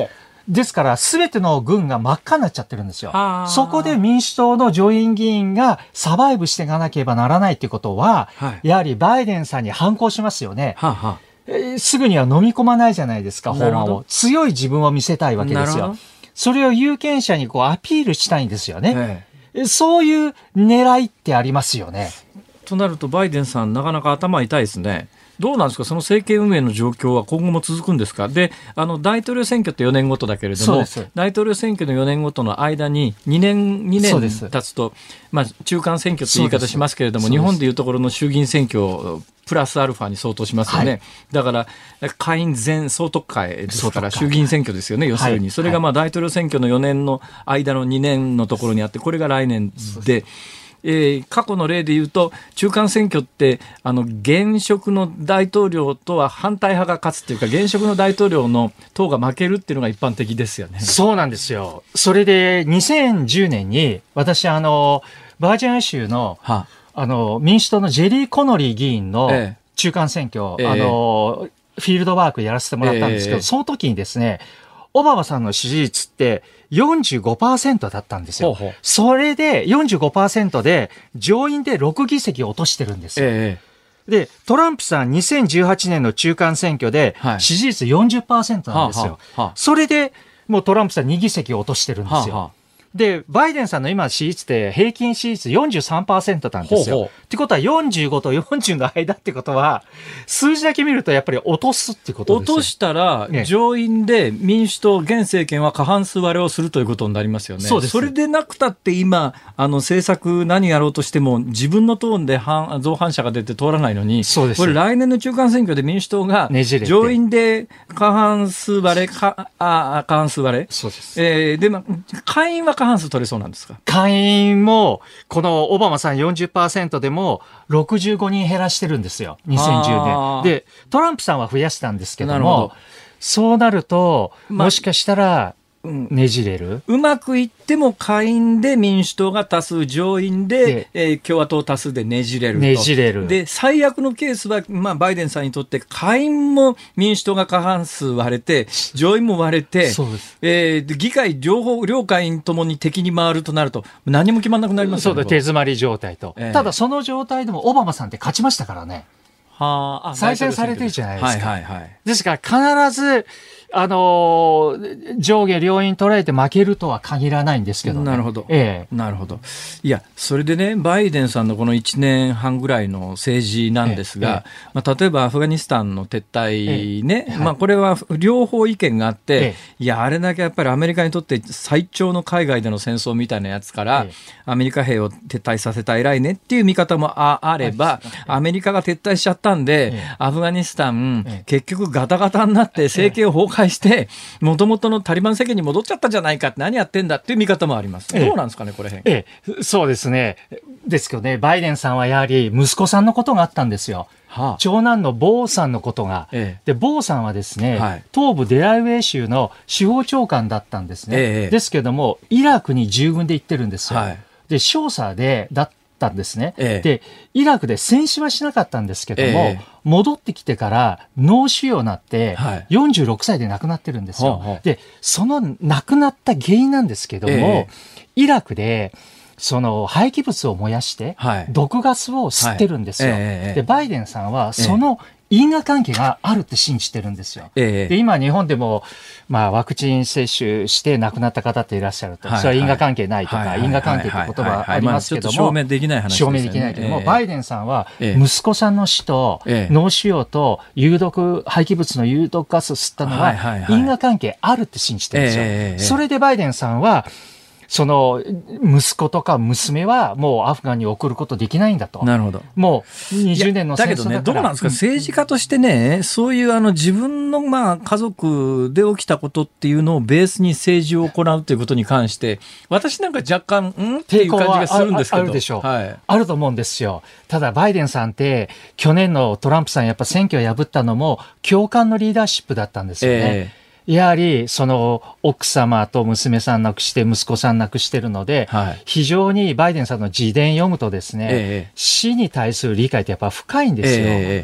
ですから、すべての軍が真っ赤になっちゃってるんですよ。そこで民主党の上院議員がサバイブしていかなければならないということは、はい、やはりバイデンさんに反抗しますよね。ははえー、すぐには飲み込まないじゃないですか、法案を。強い自分を見せたいわけですよ。それを有権者にこうアピールしたいんですよね。ええ、そういう狙いってありますよね。 となると、バイデンさん、なかなか頭痛いですね。どうなんですか、その政権運営の状況は今後も続くんですか。で、あの大統領選挙ってよねんごとだけれども、大統領選挙のよねんごとの間ににねんにねん経つと、まあ、中間選挙という言い方しますけれども、日本でいうところの衆議院選挙プラスアルファに相当しますよね。はい、だから下院全総督会ですから衆議院選挙ですよね、要するに、はい、それがまあ大統領選挙のよねんの間のにねんのところにあって、これが来年で、えー、過去の例で言うと中間選挙ってあの現職の大統領とは反対派が勝つというか、現職の大統領の党が負けるっていうのが一般的ですよね。 そうなんですよ。それでにせんじゅうねんに私あのバージニア州の、はあの民主党のジェリー・コノリー議員の中間選挙、ええ、あのフィールドワークやらせてもらったんですけど、え、その時にですね、オバマさんの支持率ってよんじゅうごパーセント だったんですよ。ほうほう。それで よんじゅうごパーセント で上院でろくぎせき落としてるんですよ。ええ、で、トランプさんにせんじゅうはちねんの中間選挙で支持率 よんじゅっパーセント なんですよ。はあはあ、それでもうトランプさんにぎせき落としてるんですよ。はあはあ、で、バイデンさんの今支持率って平均支持率 よんじゅうさんパーセント なんですよ。ほうほう。ってことはよんじゅうごとよんじゅうの間ってことは、数字だけ見るとやっぱり落とすってことですよ。 落としたら、上院で民主党、現政権は過半数割れをするということになりますよね。そうです。それでなくたって今、あの政策何やろうとしても自分のトーンで反造反者が出て通らないのに、そうです。これ来年の中間選挙で民主党が上院で過半数割れ、かあ過半数割れ。そうです。えー、で、ま、下院は過半数取れそうなんですか。 下院もこのオバマさん よんじゅっパーセント でもろくじゅうごにん減らしてるんですよ、にせんじゅうねんで。トランプさんは増やしたんですけども、なるほど。そうなると、もしかしたらねじれる、 うん、うまくいっても下院で民主党が多数、上院で、えー、共和党多数でねじれると。 ねじれる。 で、最悪のケースは、まあ、バイデンさんにとって下院も民主党が過半数割れて、上院も割れて、そうです。えー、で議会両方、両下院ともに敵に回るとなると、何も決まらなくなりますよね。 そうだ、手詰まり状態と。えー、ただその状態でもオバマさんって勝ちましたからね。はあ、再選されてるじゃないですか。はいはいはい。ですから必ず、あのー、上下両院捉えて負けるとは限らないんですけどね。 なるほど。ええ。なるほど。いや、それでね、バイデンさんのこのいちねんはんぐらいの政治なんですが、ええ、まあ、例えばアフガニスタンの撤退ね、ええ、まあ、これは両方意見があって、ええ、いや、あれだけやっぱりアメリカにとって最長の海外での戦争みたいなやつから、ええ、アメリカ兵を撤退させた偉いねっていう見方も あ, あれば、アメリカが撤退しちゃったんで、ええ、アフガニスタン、ええ、結局ガタガタになって政権を崩壊して、もともとのタリバン政権に戻っちゃったじゃないかって、何やってんだっていう見方もあります。どうなんですかね、これ。 ええ、そうですね。ですけどね、バイデンさんはやはり息子さんのことがあったんですよ。はあ、長男のボーさんのことが。ええ、で、ボーさんはですね、はい、東部デラウェイ州の司法長官だったんですね。ええ、ですけども、イラクに従軍で行ってるんですよ。はい、で、少佐で、だったんですね。ええ、で、イラクで戦死はしなかったんですけども、ええ、戻ってきてから脳腫瘍になって、よんじゅうろくさいで亡くなってるんですよ。はい、で、その亡くなった原因なんですけども、ええ、イラクで、その廃棄物を燃やして、毒ガスを吸ってるんですよ。はいええ、で、バイデンさんは、その因果関係があるって信じてるんですよ。ええ、で、今日本でも、まあ、ワクチン接種して亡くなった方っていらっしゃると、はいはい、それは因果関係ないとか、はいはい、因果関係って言葉ありますけども、 証明できない話ですよね。 証明できないけども、ええ、バイデンさんは、息子さんの死と、ええ、脳腫瘍と有毒、廃棄物の有毒ガスを吸ったのは、因果関係あるって信じてるんですよ。ええ、それでバイデンさんは、その息子とか娘はもうアフガンに送ることできないんだと。 なるほど。 もうにじゅうねんの戦争だから。 だけどね、どうなんですか、政治家としてね、そういうあの自分のまあ家族で起きたことっていうのをベースに政治を行うということに関して、私なんか若干んっていう感じがするんですけど。 あるでしょう、はい。あると思うんですよ。ただバイデンさんって去年のトランプさんやっぱ選挙を破ったのも共感のリーダーシップだったんですよね。えーやはりその奥様と娘さん亡くして息子さん亡くしてるので、はい、非常にバイデンさんの自伝読むとですね、ええ、死に対する理解ってやっぱ深いんですよ。え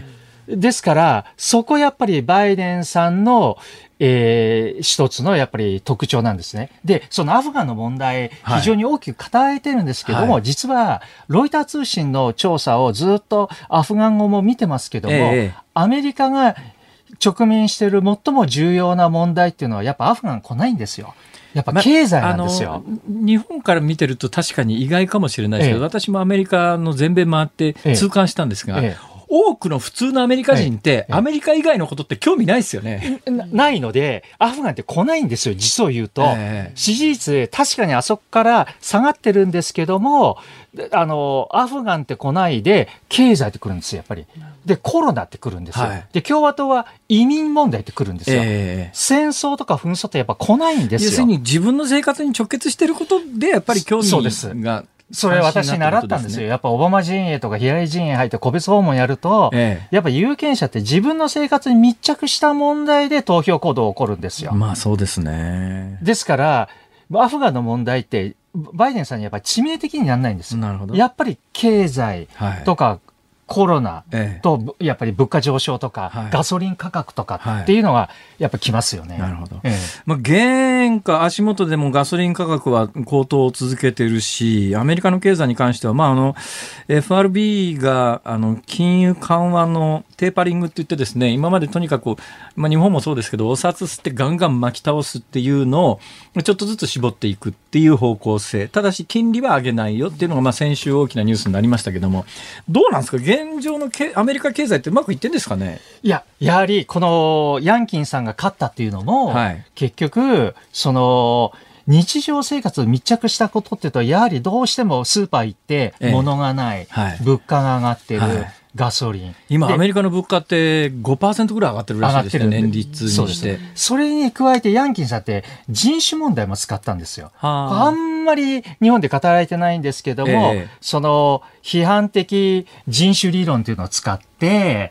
ですから、そこやっぱりバイデンさんの、えー、一つのやっぱり特徴なんですね。で、そのアフガンの問題、非常に大きく語られてるんですけども、はい、実は、ロイター通信の調査をずっとアフガン語も見てますけども、えー、アメリカが直面している最も重要な問題っていうのは、やっぱアフガン来ないんですよ。やっぱ経済なんですよ、 ま、日本から見てると確かに意外かもしれないですけど、ええ、私もアメリカの全米回って痛感したんですが、ええ、多くの普通のアメリカ人ってアメリカ以外のことって興味ないですよね。 な, ないのでアフガンって来ないんですよ、実を言うと、ええ、支持率確かにあそこから下がってるんですけども、あのアフガンって来ないで経済って来るんですよ、やっぱり。でコロナって来るんですよ、はい、で共和党は移民問題って来るんですよ、えー、戦争とか紛争ってやっぱ来ないんですよ。 要するに自分の生活に直結していることでやっぱり興味が、 それ私習ったんですよ。やっぱオバマ陣営とかヒラリー陣営入って個別訪問やると、ええ、やっぱ有権者って自分の生活に密着した問題で投票行動が起こるんですよ。 まあそうですね。 ですからアフガンの問題ってバイデンさんにやっぱり致命的にならないんですよ。 なるほど。 やっぱり経済とか、はい、コロナとやっぱり物価上昇とか、はい、ガソリン価格とかっていうのがやっぱきますよね。 なるほど。ええ、まあ、原価足元でもガソリン価格は高騰を続けているし、アメリカの経済に関しては、まあ、あの エフアールビー があの金融緩和のテーパリングって言ってですね、今までとにかく、まあ、日本もそうですけどお札吸ってガンガン巻き倒すっていうのをちょっとずつ絞っていくっていう方向性、ただし金利は上げないよっていうのが、まあ、先週大きなニュースになりましたけども、どうなんですか現状のアメリカ経済ってうまくいってんですかね。 いや、やはりこのヤンキンさんが勝ったっていうのも、はい、結局その日常生活を密着したことっていうと、やはりどうしてもスーパー行って物がない、ええ、はい、物価が上がってる、はい、ガソリン、 今アメリカの物価って ごパーセント ぐらい上がってるらしいですね、年率にして。 そ, それに加えてヤンキンさんって人種問題も使ったんですよ。あんまり日本で語られてないんですけども、ええ、その批判的人種理論っていうのを使って、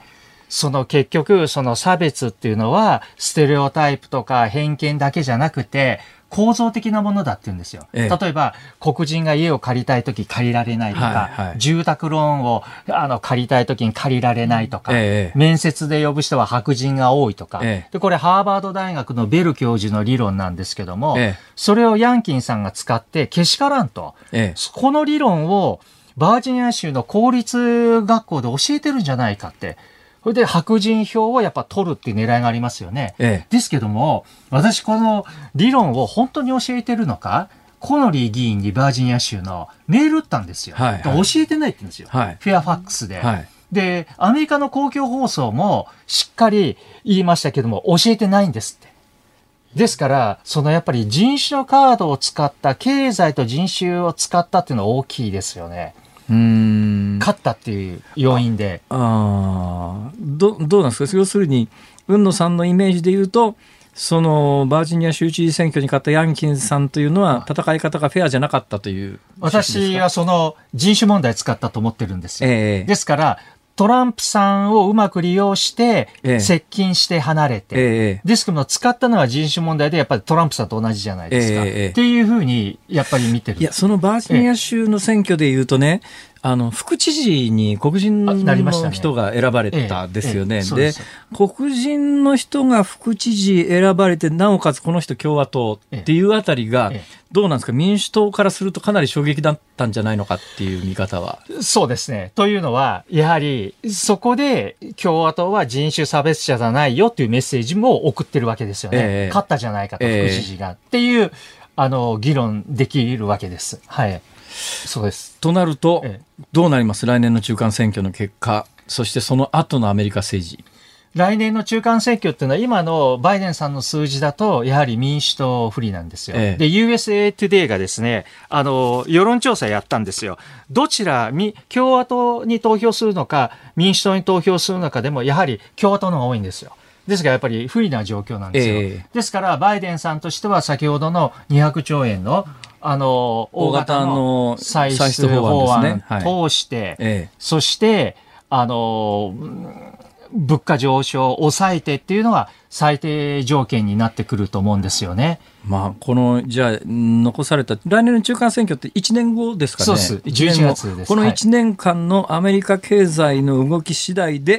その結局その差別っていうのはステレオタイプとか偏見だけじゃなくて構造的なものだって言うんですよ。ええ、例えば黒人が家を借りたいとき借りられないとか、はいはい、住宅ローンをあの借りたいときに借りられないとか、ええ、面接で呼ぶ人は白人が多いとか、ええ、でこれハーバード大学のベル教授の理論なんですけども、ええ、それをヤンキンさんが使ってけしからんと、ええ、この理論をバージニア州の公立学校で教えてるんじゃないかって。それで白人票をやっぱ取るっていう狙いがありますよね。ええ、ですけども、私この理論を本当に教えてるのか、コノリー議員にバージニア州のメール打ったんですよ。はいはい、教えてないって言うんですよ。はい、フェアファックスで、はい。で、アメリカの公共放送もしっかり言いましたけども、教えてないんですって。ですから、そのやっぱり人種のカードを使った、経済と人種を使ったっていうのは大きいですよね。うーん、勝ったっていう要因で。 ああ、ど、どうなんですか。要するに海野さんのイメージで言うと、そのバージニア州知事選挙に勝ったヤンキンさんというのは戦い方がフェアじゃなかったという。 私はその人種問題使ったと思ってるんですよ。えー、ですからトランプさんをうまく利用して接近して離れて、えー、ですけども使ったのは人種問題でやっぱりトランプさんと同じじゃないですか、えー、っていうふうにやっぱり見てる。 いや、そのバージニア州の選挙で言うとね、あの副知事に黒人の人が選ばれたですよね。で、黒人の人が副知事選ばれて、なおかつこの人共和党っていうあたりがどうなんですか。民主党からするとかなり衝撃だったんじゃないのかっていう見方は。 そうですね。というのはやはりそこで共和党は人種差別者じゃないよっていうメッセージも送ってるわけですよね。えー、勝ったじゃないかと、副知事が、えー、っていうあの議論できるわけです。はい。そうです。 となると、ええ、どうなります？来年の中間選挙の結果、そしてその後のアメリカ政治。 来年の中間選挙っていうのは今のバイデンさんの数字だとやはり民主党不利なんですよ。ええ、で ユーエスエー トゥデイがですね、あの世論調査やったんですよ。どちら共和党に投票するのか民主党に投票するのかでもやはり共和党の方が多いんですよ。ですからやっぱり不利な状況なんですよ。ええ、ですからバイデンさんとしては先ほどのにひゃくちょうえんのあの大型の歳出法案を通して、はいええ、そしてあの物価上昇を抑えてっていうのが最低条件になってくると思うんですよね。 まあ、このじゃあ残された来年の中間選挙っていちねんごですかね。 そうです。じゅういちがつです。 このいちねんかんのアメリカ経済の動き次第で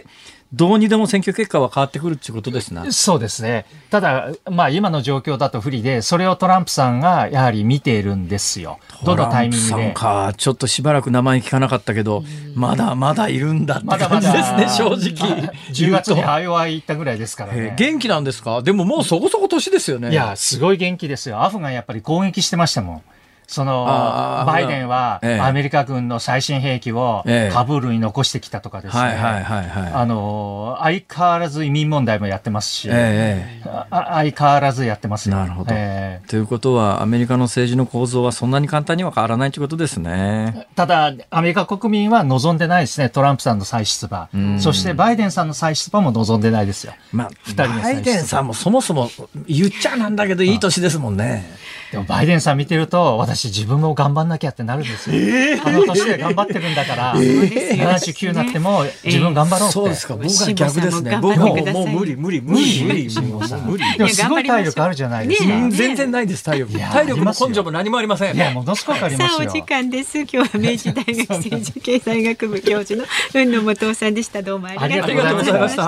どうにでも選挙結果は変わってくるっていうことですね。 そうですね。ただ、まあ今の状況だと不利で、それをトランプさんがやはり見ているんですよ。どのタイミングで。 トランプさんか、ちょっとしばらく名前聞かなかったけど、まだまだいるんだって感じですね、正直。 じゅうがつにアイオワ行ったぐらいですからね。 元気なんですか？でももうそこそこ年ですよね。 いや、すごい元気ですよ。アフガンやっぱり攻撃してましたもん。そのバイデンはアメリカ軍の最新兵器をカブールに残してきたとかですね、あの相変わらず移民問題もやってますし、ええ、相変わらずやってますよ。 なるほど、えー、ということはアメリカの政治の構造はそんなに簡単には変わらないということですね。 ただアメリカ国民は望んでないですね、トランプさんの再出馬、そしてバイデンさんの再出馬も望んでないですよ、 まあ、ふたりの再出馬。バイデンさんもそもそも言っちゃなんだけどいい年ですもんね。 でもバイデンさん見てると私自分も頑張んなきゃってなるんですよ、えー、あの年で頑張ってるんだから、えー、ななじゅうきゅうになっても自分頑張ろうって、 そうですか。僕は逆ですね。僕ももう無理無理無理無理無理。 でもすごい体力あるじゃないですか。 ね、全然ないです。体力体力も根性も何もありません。 いやものすごくありますよ。 さあお時間です。今日は明治大学政治経済学部教授の海野素央さんでした。どうもありがとうございました。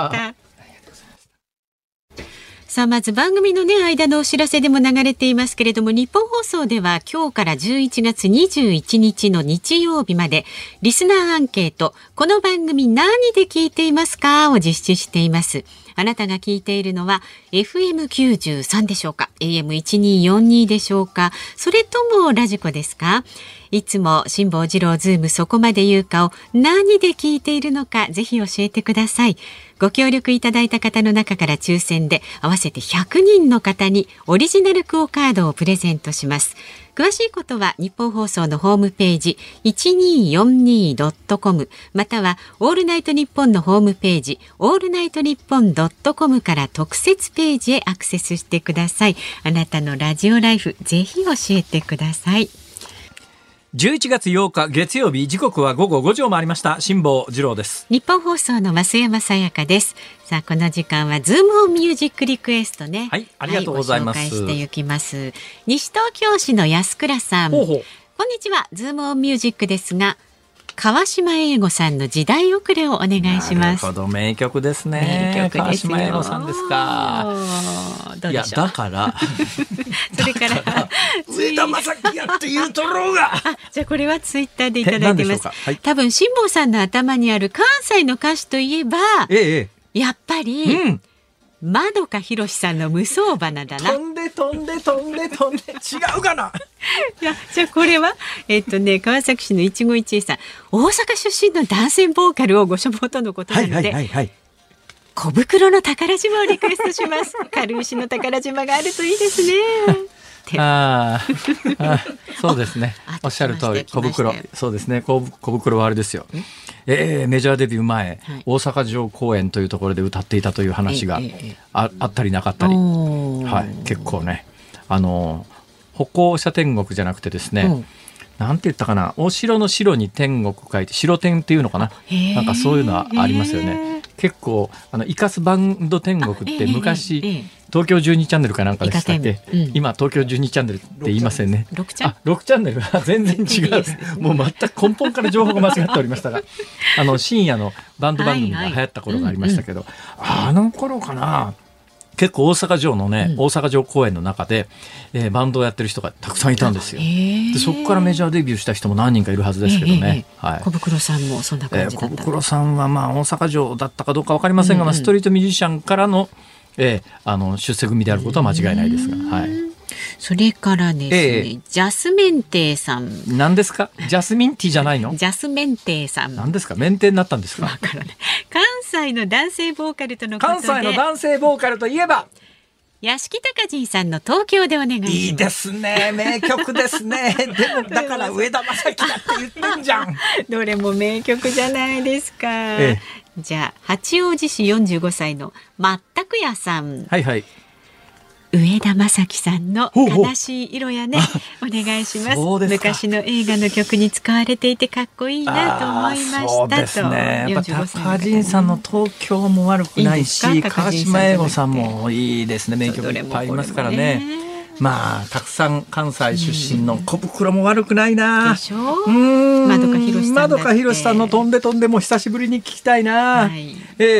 さあまず番組の、ね、間のお知らせでも流れていますけれども、日本放送では今日からじゅういちがつにじゅういちにちの日曜日までリスナーアンケート、この番組何で聞いていますかを実施しています。あなたが聞いているのは エフエムきゅうじゅうさん でしょうか、 エーエムせんにひゃくよんじゅうに でしょうか、それともラジコですか。いつも辛坊治郎ズームそこまで言うかを何で聞いているのかぜひ教えてください。ご協力いただいた方の中から抽選で合わせてひゃくにんの方にオリジナルクオカードをプレゼントします。詳しいことは日本放送のホームページ いちにーよんにードットコム またはオールナイトニッポンのホームページオールナイトニッポンドットコムから特設ページへアクセスしてください。あなたのラジオライフぜひ教えてください。 じゅういちがつようか月曜日、時刻は午後ごじを回りました。辛坊治郎です。 日本放送の増山さやかです。さあこの時間はズームオンミュージックリクエストね。 はい、ありがとうございます。 はい、ご紹介していきます。西東京市の安倉さん、ほうほう、こんにちは。ズームオンミュージックですが、川島英吾さんの時代遅れをお願いします。 なるほど、名曲ですね。 名曲ですよ。 川島英吾さんですか。 どうでしょう。 いやだからそれから上田正樹やって言うとろうがじゃあこれはツイッターでいただいてます、はい、多分辛坊さんの頭にある関西の歌手といえば、ええ、やっぱり、うん、まどかひろしさんの無双花だな。 飛んで飛んで飛んで飛んで違うかな。 いやじゃあこれはえっとね川崎市の一期一会さん、大阪出身の男性ボーカルをご所望とのことなので、はいはいはいはい、小袋の宝島をリクエストします。軽石の宝島があるといいですね。 ああそうですね、おっしゃる通り小袋、そうですね、小袋はあれですよ、えー、メジャーデビュー前、はい、大阪城公園というところで歌っていたという話が あ, あったりなかったり、はい、結構ね、あの歩行者天国じゃなくてですね、うん、なんて言ったかな、お城の城に天国書いて城天っていうのかな、なんかそういうのはありますよね。結構あのイカスバンド天国って昔東京じゅうにチャンネルかなんかでしたっけ、うん、今東京じゅうにチャンネルって言いませんね。 ろくチャン、 あろくチャンネルは全然違うもう全く根本から情報が間違っておりましたがあの深夜のバンド番組が流行った頃がありましたけど、あの頃かな、結構大阪城のね、うん、大阪城公園の中で、えー、バンドをやってる人がたくさんいたんですよ。でそこからメジャーデビューした人も何人かいるはずですけどね、 えーはい、小袋さんもそんな感じだった、 えー、小袋さんはまあ大阪城だったかどうか分かりませんが、うんうん、まあ、ストリートミュージシャンからの、えー、あの出世組であることは間違いないですが、はい、 それからですね、えー、ジャスメンテイさん。 何ですか？ジャスミンティじゃないの？ ジャスメンテイさん。 何ですか？メンテになったんですか？ わからない。関西の男性ボーカルとのことで、 関西の男性ボーカルといえば屋敷隆人さんの東京でお願いします。 いいですね、名曲ですね。でもだから上田正樹だって言ってんじゃん。 どれも名曲じゃないですか、ええ、じゃあ八王子市よんじゅうごさいのまったくやさん、 はいはい、 上田正樹さんの悲しい色やね、お願いします。昔の映画の曲に使われていてかっこいいなと思いましたと。そうですね、 やっぱ高人さんの東京も悪くないし、いい川島英吾さんもいいですね。名曲いっぱいありますからね。まあたくさん関西出身の小袋も悪くないな。 でしょ。うーん、まどかひろしさんだって。 まどかひろしさんの飛んで飛んでも久しぶりに聞きたいな、はい、えー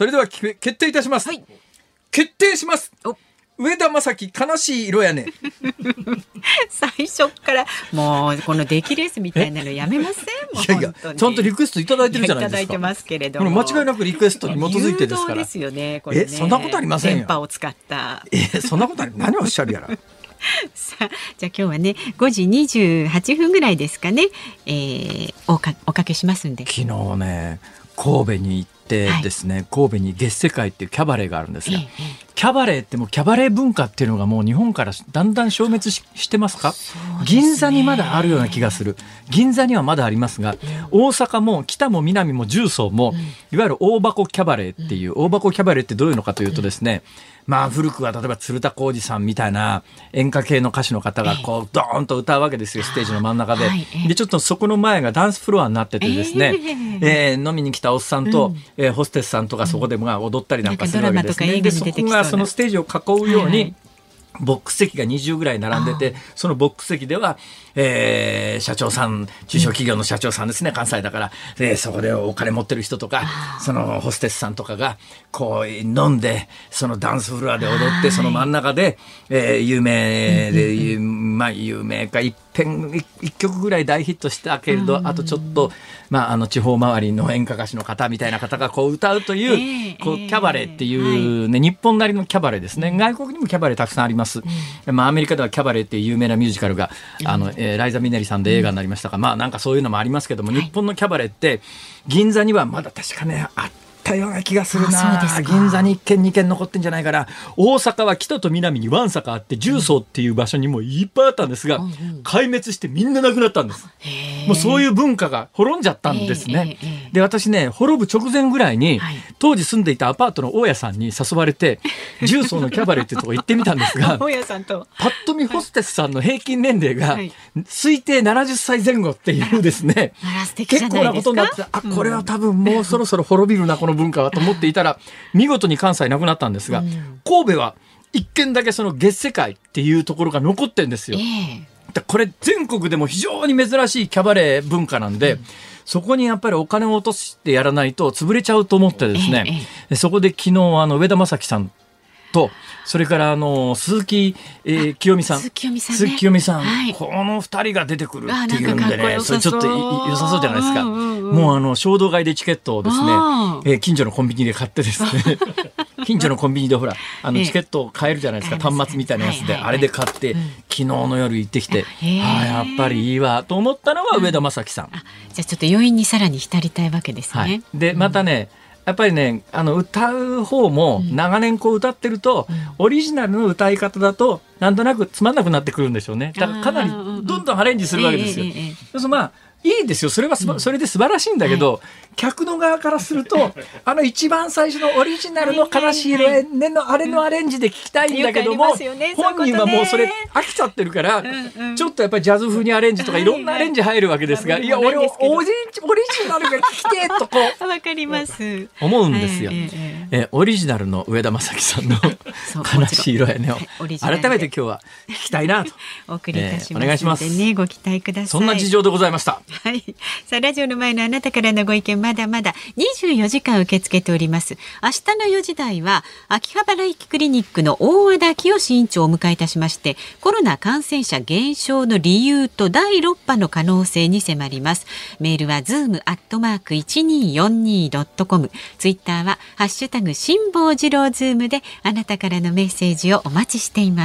それでは決定いたします、はい、決定します。上田正樹悲しい色やね最初からもうこの出来レースみたいなのやめません？もういやいやちゃんとリクエストいただいてるじゃないですか。いただいてますけれども、 これ間違いなくリクエストに基づいてですから。 誘導ですよね、これね。 えそんなことありませんよ。 電波を使ったえそんなことあり何をおっしゃるやらさあじゃあ今日はねごじにじゅうはちふんぐらいですかね、えー、お, かおかけしますんで。 昨日ね神戸に行ってですね、はい、神戸に月世界っていうキャバレーがあるんですが、ええ、キャバレーってもうキャバレー文化っていうのがもう日本からだんだん消滅 し, してますか？そうですね、銀座にまだあるような気がする。銀座にはまだありますが、うん、大阪も北も南も重曹も、うん、いわゆる大箱キャバレーっていう、うん、大箱キャバレーってどういうのかというとですね、うん、まあ古くは例えば鶴田浩二さんみたいな演歌系の歌手の方がこうドーンと歌うわけですよ、ステージの真ん中で、はい、でちょっとそこの前がダンスフロアになっててですね、えーえー、飲みに来たおっさんと、うんえー、ホステスさんとかそこでも踊ったりなんかするわけですね。でそこがそのステージを囲うように、はいはいボックス席がにじゅうぐらい並んでて、そのボックス席では、えー、社長さん、中小企業の社長さんですね、関西だから、えー、そこでお金持ってる人とか、そのホステスさんとかが、こう飲んで、そのダンスフロアで踊って、その真ん中で、えー、有名で、まあ有名か、一遍、一曲ぐらい大ヒットしたけれど、あとちょっと、まああの地方周りの演歌歌手の方みたいな方がこう歌うという、こうキャバレーっていうね、日本なりのキャバレーですね。外国にもキャバレーたくさんあります。うんまあ、アメリカではキャバレーっていう有名なミュージカルがあの、えー、ライザ・ミネリさんで映画になりましたが、うん、まあなんかそういうのもありますけども、はい、日本のキャバレーって銀座にはまだ確かねあったような気がするな。銀座にいっけんにけん残ってんじゃないかな。大阪は北と南にわんさかあって重曹っていう場所にもいっぱいあったんですが、うん、壊滅してみんななくなったんです。もうそういう文化が滅んじゃったんですね。で私ね滅ぶ直前ぐらいに、はい、当時住んでいたアパートの大家さんに誘われて重曹のキャバレーっていうところ行ってみたんですが大家さんとパッと見ホステスさんの平均年齢が推定ななじゅっさいぜん後っていうですね、 はい、 結構なことになってあこれは多分もうそろそろ滅びるなこの文化はと思っていたら見事に関西なくなったんですが、うん、神戸は一軒だけその月世界っていうところが残ってんですよ、えー、これ全国でも非常に珍しいキャバレー文化なんで、うん、そこにやっぱりお金を落としてやらないと潰れちゃうと思ってですね、えーえー、そこで昨日あの上田正樹さんとそれからあの鈴木、えー、清美さん鈴木清美さん、ね、 鈴木清美さん、はい、このふたりが出てくるっていうんでねそれちょっと良さそうじゃないですか、うんうんうん、もうあの衝動買いでチケットをですね、えー、近所のコンビニで買ってですね近所のコンビニでほらあのチケットを買えるじゃないですか、えー、端末みたいなやつで、はいはいはい、あれで買って、うん、昨日の夜行ってきて、えー、あやっぱりいいわと思ったのは上田正樹さん、うん、あじゃあちょっと余韻にさらに浸りたいわけですね、はい、 でまたね、うんやっぱりねあの歌う方も長年こう歌ってると、うん、オリジナルの歌い方だとなんとなくつまんなくなってくるんでしょうね。だからかなりどんどんアレンジするわけですよ。そうするとまあいいですよそれはすば、うん、それで素晴らしいんだけど、はい、客の側からするとあの一番最初のオリジナルの悲しい色へねのあれのアレンジで聞きたいんだけども、うんね、本人はもうそれ飽きちゃってるから、うんうん、ちょっとやっぱりジャズ風にアレンジとかいろんなアレンジ入るわけですが、はいはい、いや俺オリジナルが聞きてとこうわかります思うんですよ、えーえーえー、オリジナルの上田正樹さんの悲しい色へねを改めて今日は聞きたいなとお送りいたしますので、ねえー、お願いします。ご期待ください。 そんな事情でございました。 はい、さあラジオの前のあなたからのご意見まだまだにじゅうよじかん受け付けております。明日のよじ台は秋葉原駅クリニックの大和田清院長をお迎えいたしましてコロナ感染者減少の理由とだいろっぱの可能性に迫ります。メールはズームアットマーク いちにーよんにードットコム、 ツイッターはハッシュタグ辛坊治郎ズームであなたからのメッセージをお待ちしています。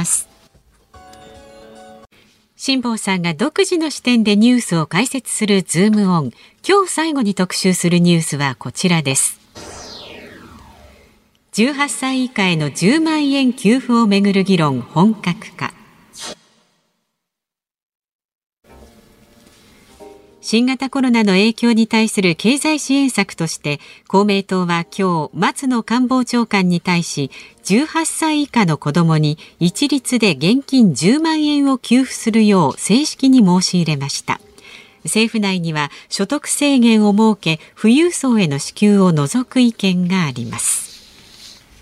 辛坊さんが独自の視点でニュースを解説するズームオン。今日最後に特集するニュースはこちらです。じゅうはっさい以下へのじゅうまんえん給付をめぐる議論本格化。新型コロナの影響に対する経済支援策として公明党は今日松野官房長官に対しじゅうはっさい以下の子どもに一律で現金じゅうまんえんを給付するよう正式に申し入れました。政府内には所得制限を設け富裕層への支給を除く意見があります。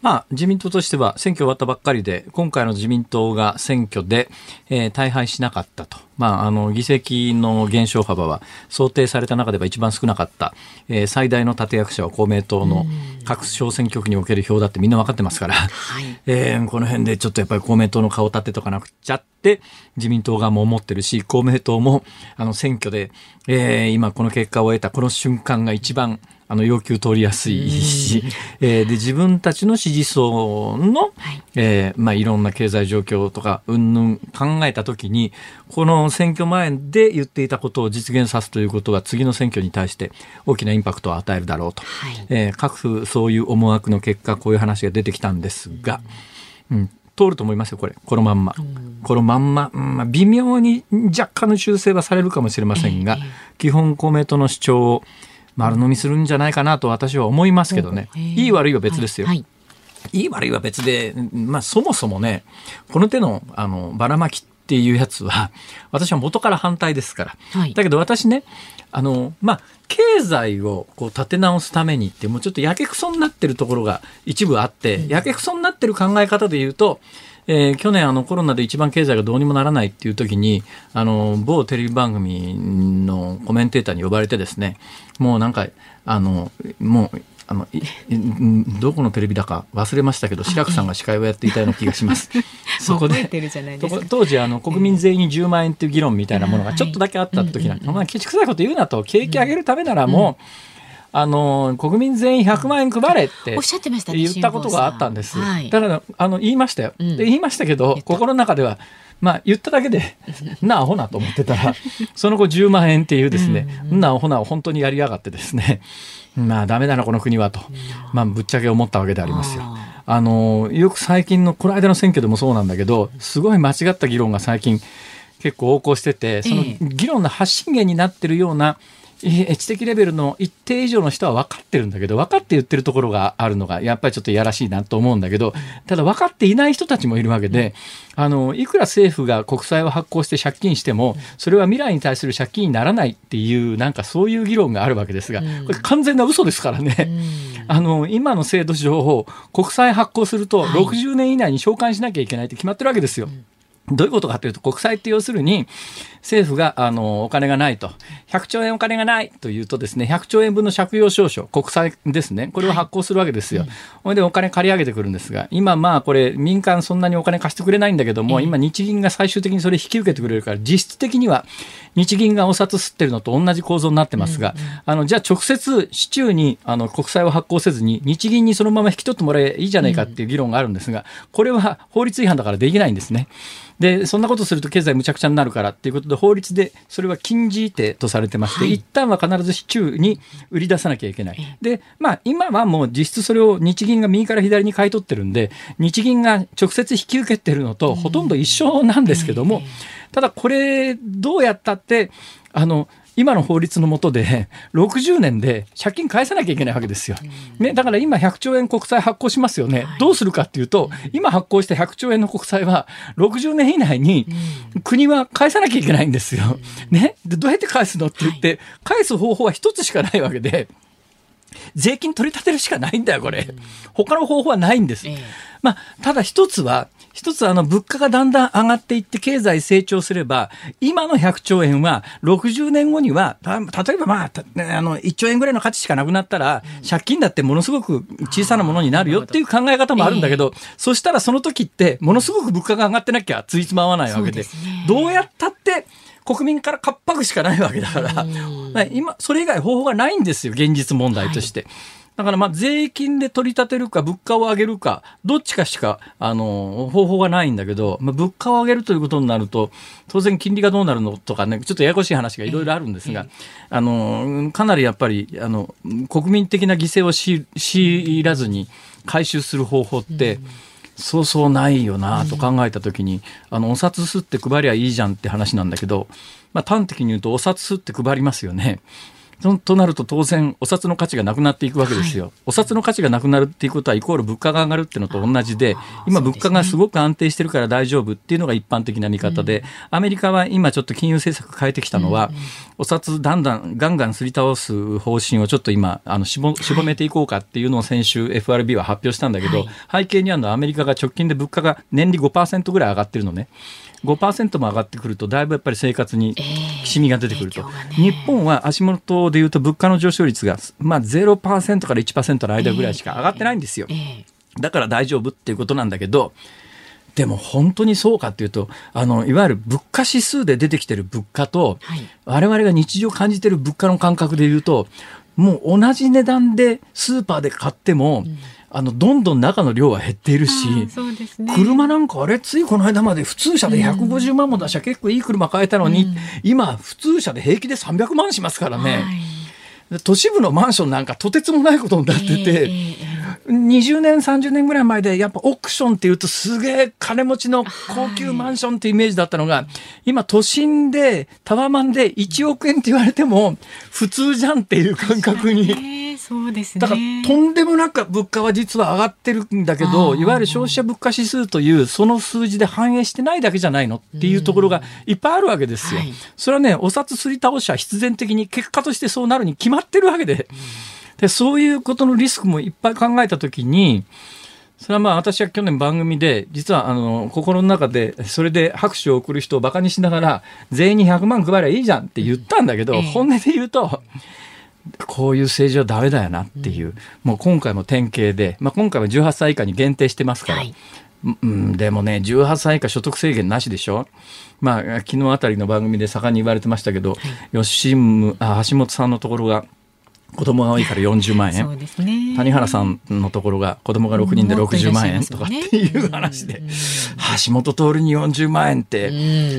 まあ、自民党としては選挙終わったばっかりで、今回の自民党が選挙で、えー、大敗しなかったと。まあ、あの議席の減少幅は想定された中では一番少なかった、えー、最大の立役者は公明党の各小選挙区における票だってみんな分かってますから、はい、えー、この辺でちょっとやっぱり公明党の顔を立てとかなくちゃって自民党側も思ってるし、公明党もあの選挙で、えー、今この結果を得たこの瞬間が一番あの要求通りやすいし、えー、で自分たちの支持層の、はいえーまあ、いろんな経済状況とかうんぬん考えたときに、この選挙前で言っていたことを実現さすということは次の選挙に対して大きなインパクトを与えるだろうと、はいえー、各そういう思惑の結果こういう話が出てきたんですが、うん、通ると思いますよこれこのまんま、うん、このまんま、うんまあ、微妙に若干の修正はされるかもしれませんが、えー、基本公明党の主張を丸飲みするんじゃないかなと私は思いますけどね。いい悪いは別ですよ、はいはい、いい悪いは別で、まあ、そもそもねこの手のあのばらまきっていうやつは私は元から反対ですから、はい、だけど私ねあの、まあ、経済をこう立て直すためにってもうちょっとやけくそになってるところが一部あって、うん、やけくそになってる考え方で言うとえー、去年あのコロナで一番経済がどうにもならないっていう時にあの某テレビ番組のコメンテーターに呼ばれてですね、もうなんかあのもうあのどこのテレビだか忘れましたけど志らくさんが司会をやっていたような気がしますそこで当時あの国民全員にじゅうまんえんっていう議論みたいなものがちょっとだけあった時なんか、まあ、ケチくさいこと言うなと、景気上げるためならもう、うんあの国民全員ひゃくまんえん配れって言ったことがあったんです。はい、だからあの言いましたよ、うん、で言いましたけど心の中では、まあ、言っただけでなあほなと思ってたらその後じゅうまんえんっていうですね、うんうん、なあほなを本当にやりやがってですね、まあダメだなこの国はと、まあ、ぶっちゃけ思ったわけでありますよ。あのよく最近のこの間の選挙でもそうなんだけど、すごい間違った議論が最近結構横行してて、その議論の発信源になってるような知的レベルの一定以上の人は分かってるんだけど、分かって言ってるところがあるのがやっぱりちょっといやらしいなと思うんだけど、ただ分かっていない人たちもいるわけで、あのいくら政府が国債を発行して借金してもそれは未来に対する借金にならないっていうなんかそういう議論があるわけですが、これ完全な嘘ですからね。あの今の制度上国債発行するとろくじゅうねん以内に償還しなきゃいけないって決まってるわけですよ。どういうことかというと、国債って要するに政府があのお金がないと、ひゃくちょうえんお金がないというとですね、ひゃくちょうえんぶんの借用証書、国債ですね、これを発行するわけですよ。それでお金借り上げてくるんですが、今まあこれ民間そんなにお金貸してくれないんだけども、今日銀が最終的にそれ引き受けてくれるから、実質的には日銀がお札吸ってるのと同じ構造になってますが、あのじゃあ直接市中にあの国債を発行せずに日銀にそのまま引き取ってもらえばいいじゃないかっていう議論があるんですが、これは法律違反だからできないんですね。でそんなことすると経済むちゃくちゃになるからっていうことで法律でそれは禁じ手とされてまして、はい、一旦は必ず市中に売り出さなきゃいけない。で、まあ、今はもう実質それを日銀が右から左に買い取ってるんで、日銀が直接引き受けてるのとほとんど一緒なんですけども、ただこれどうやったってあの今の法律の下でろくじゅうねんで借金返さなきゃいけないわけですよ、ね、だから今ひゃくちょうえん国債発行しますよね、はい、どうするかっていうと、今発行したひゃくちょうえんの国債はろくじゅうねん以内に国は返さなきゃいけないんですよ、ね、でどうやって返すのって言って、返す方法は一つしかないわけで、税金取り立てるしかないんだよこれ。他の方法はないんです、まあ、ただ一つは一つあの物価がだんだん上がっていって経済成長すれば、今のひゃくちょうえんはろくじゅうねんごには例えばまああのいっちょうえんぐらいの価値しかなくなったら、借金だってものすごく小さなものになるよっていう考え方もあるんだけど、そしたらその時ってものすごく物価が上がってなきゃついつま合わないわけで、どうやったって国民からかっぱぐしかないわけだから、今それ以外方法がないんですよ現実問題として、はい。だからまあ税金で取り立てるか物価を上げるかどっちかしかあの方法がないんだけど、まあ、物価を上げるということになると当然金利がどうなるのとかね、ちょっとややこしい話がいろいろあるんですが、あのかなりやっぱりあの国民的な犠牲を強いらずに回収する方法ってそうそうないよなと考えたときに、あのお札吸って配りゃいいじゃんって話なんだけど、まあ、端的に言うとお札吸って配りますよね。 となると当然お札の価値がなくなっていくわけですよ、はい、お札の価値がなくなるっていうことはイコール物価が上がるっていうのと同じで、今物価がすごく安定してるから大丈夫っていうのが一般的な見方で、うん、アメリカは今ちょっと金融政策変えてきたのは、うん、お札だんだんガンガンすり倒す方針をちょっと今あの絞めていこうかっていうのを先週 エフアールビー は発表したんだけど、はい、背景にあるのはアメリカが直近で物価が年利 ごパーセント ぐらい上がってるのね。ごパーセント も上がってくるとだいぶやっぱり生活にきしみが出てくると、えーね、日本は足元でいうと物価の上昇率が、まあ、ゼロパーセント から いちパーセント の間ぐらいしか上がってないんですよ、えーえー、だから大丈夫っていうことなんだけど、でも本当にそうかっていうと、あのいわゆる物価指数で出てきてる物価と、はい、我々が日常感じてる物価の感覚でいうと、もう同じ値段でスーパーで買っても、うんあのどんどん中の量は減っているし、そうですね、車なんかあれついこの間まで普通車でひゃくごじゅうまんも出しゃ結構いい車買えたのに、うん、今普通車で平気でさんびゃくまんしますからね、はい、都市部のマンションなんかとてつもないことになってて、えーえー、にじゅうねんさんじゅうねんぐらい前でやっぱオークションっていうとすげえ金持ちの高級マンションってイメージだったのが、はい、今都心でタワマンでいちおくえんって言われても普通じゃんっていう感覚に、 そうですね、 だからとんでもなく物価は実は上がってるんだけど、いわゆる消費者物価指数というその数字で反映してないだけじゃないのっていうところがいっぱいあるわけですよ、はい、それはねお札すり倒しは必然的に結果としてそうなるに決まってるわけで、でそういうことのリスクもいっぱい考えたときに、それはまあ私は去年番組で実はあの心の中でそれで拍手を送る人をバカにしながら全員にひゃくまん配ればいいじゃんって言ったんだけど、本音で言うとこういう政治はダメだよなっていう、うん、もう今回も典型で、まあ、今回はじゅうはっさい以下に限定してますから、はい、うん、でもねじゅうはっさい以下所得制限なしでしょ。まあ昨日あたりの番組で盛んに言われてましたけど、はい、吉むあ橋本さんのところが子供が多いからよんじゅうまんえん、そうですね、谷原さんのところが子供がろくにんでろくじゅうまんえんとかっていう話で、橋本徹によんじゅうまんえんって、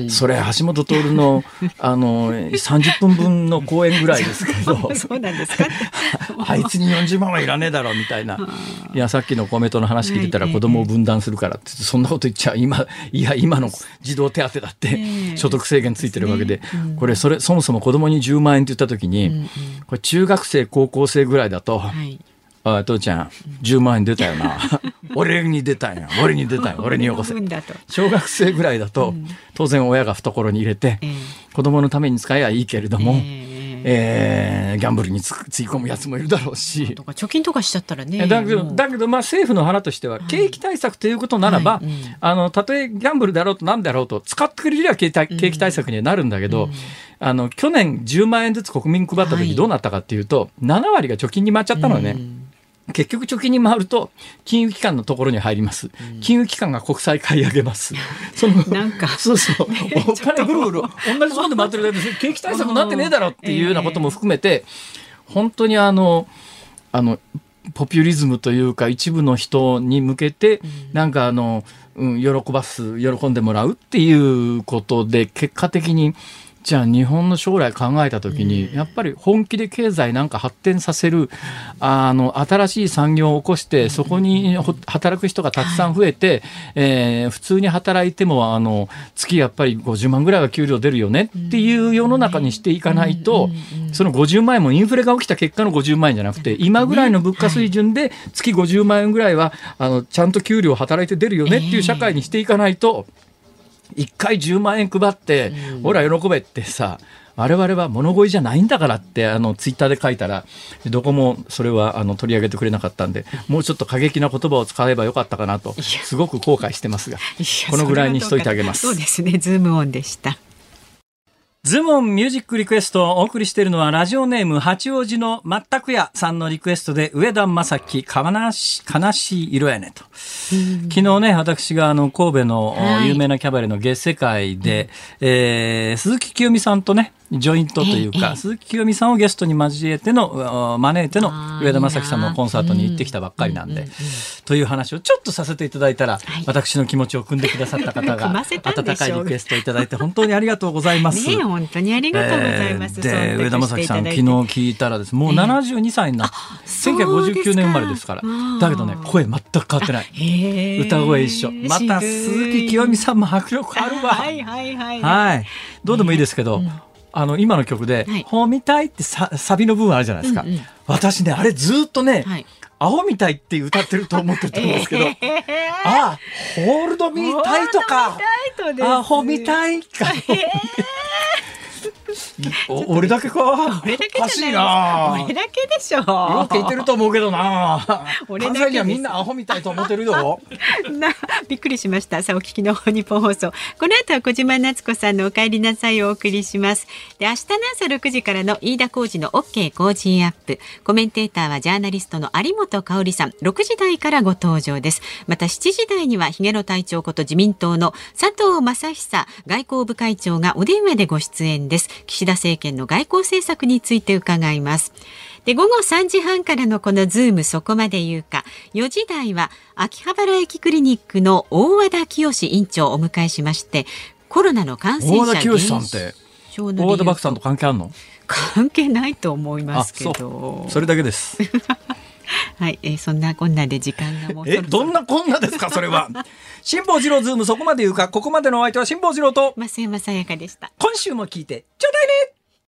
それ橋本徹のあのさんじゅっぷんぶんの公演ぐらいですけどそうなんですかあいつによんじゅうまんはいらねえだろみたいな、いやさっきの公明党の話聞いてたら子供を分断するからってそんなこと言っちゃ今いや今の児童手当だって所得制限ついてるわけで、これそれそもそも子供にじゅうまんえんって言った時に、これ中学生高校生ぐらいだと、はい、あ父ちゃんじゅうまんえん出たよな俺に出たんや俺に出たんや俺によこせ。小学生ぐらいだと、うん、当然親が懐に入れて、えー、子供のために使えばいいけれども、えーえー、ギャンブルにつつぎ込むやつもいるだろうし、 とか貯金とかしちゃったらね。 だけど、だけどまあ政府の腹としては景気対策ということならば、はいはい、うん、あのたとえギャンブルだろうと何だろうと使ってくれりゃ景気対策にはなるんだけど、うんうん、あの去年じゅうまんえんずつ国民に配った時どうなったかっていうと、はい、ななわりが貯金に回っちゃったのよね、うん、結局貯金に回ると金融機関のところに入ります、うん、金融機関が国債買い上げますそのなんかそうそう、ね、お金ぐるぐる同じところで回ってるだけで景気対策になってねえだろっていうようなことも含めて、えー、本当にあのあのポピュリズムというか一部の人に向けて、うん、なんかあの、うん、喜ばす喜んでもらうっていうことで結果的にじゃあ日本の将来考えたときに、やっぱり本気で経済なんか発展させるあの新しい産業を起こしてそこに働く人がたくさん増えて、えー、普通に働いてもあの月やっぱりごじゅうまんぐらいは給料出るよねっていう世の中にしていかないと、そのごじゅうまんえんもインフレが起きた結果のごじゅうまんえんじゃなくて今ぐらいの物価水準で月ごじゅうまんえんぐらいはあのちゃんと給料働いて出るよねっていう社会にしていかないと、いっかいじゅうまんえん配って、うん、ほら喜べってさ、我々は物乞いじゃないんだからってあのツイッターで書いたらどこもそれはあの取り上げてくれなかったんで、もうちょっと過激な言葉を使えばよかったかなとすごく後悔してますが、このぐらいにしといてあげます。 そうですね、ズームオンでした。 ズームオンミュージックリクエストをお送りしているのはラジオネーム八王子のまったくやさんのリクエストで上田正樹悲し悲しい色やねと。昨日ね私があの神戸の有名なキャバレーの月世界で、はい、えー、鈴木清美さんとねジョイントというか、ええ、鈴木清美さんをゲストに交えての招いての上田正樹さんのコンサートに行ってきたばっかりなんで、うんうんうんうん、という話をちょっとさせていただいたら、はい、私の気持ちを汲んでくださった方が温かいリクエストをいただいて本当にありがとうございます。 ね、本当にありがとうございます。 えー、で上田正樹さん昨日聞いたらですもうななじゅうにさいになって、えー、せんきゅうひゃくごじゅうきゅうねん生まれですから、だけどね声全く変わってない、えー、歌声一緒。また鈴木清美さんも迫力あるわ。はいはいはい、はい、どうでもいいですけど、ね、うん、 あの今の曲で、はい、ほみたいってササビの部分あるじゃないですか、うんうん、私ねあれずっとね、はい、アホみたいって歌ってると思ってたんですけど、えー、ああホールドみたいとかアホみたいか、えーお俺だけか俺だけじゃない俺だけでしょ。 よく言ってると思うけどな関西にはみんなアホみたいと思ってるよなびっくりしました。さあお聞きの日本放送、この後は小島夏子さんのお帰りなさいをお送りします。で明日の朝ろくじからの飯田浩司の OK 工事アップ、コメンテーターはジャーナリストの有本香里さん、ろくじ台からご登場です。またしちじ台にはひげの隊長こと自民党の佐藤正久外交部会長がお電話でご出演です。岸田政権の外交政策について伺います。で午後さんじはんからのこのズームそこまで言うか、よじ台は秋葉原駅クリニックの大和田清院長をお迎えしまして、コロナの感染者減少の理由、 大和田清さんって大和田漠さんと関係あるの？ 関係ないと思いますけど、 そ, それだけですはい、えー、そんなこんなで時間がもうそろそろ。 えどんなこんなですかそれは辛坊治郎ズームそこまで言うか、ここまでのお相手は辛坊治郎と増山さやかでした。 今週も聞いてちょうだいね。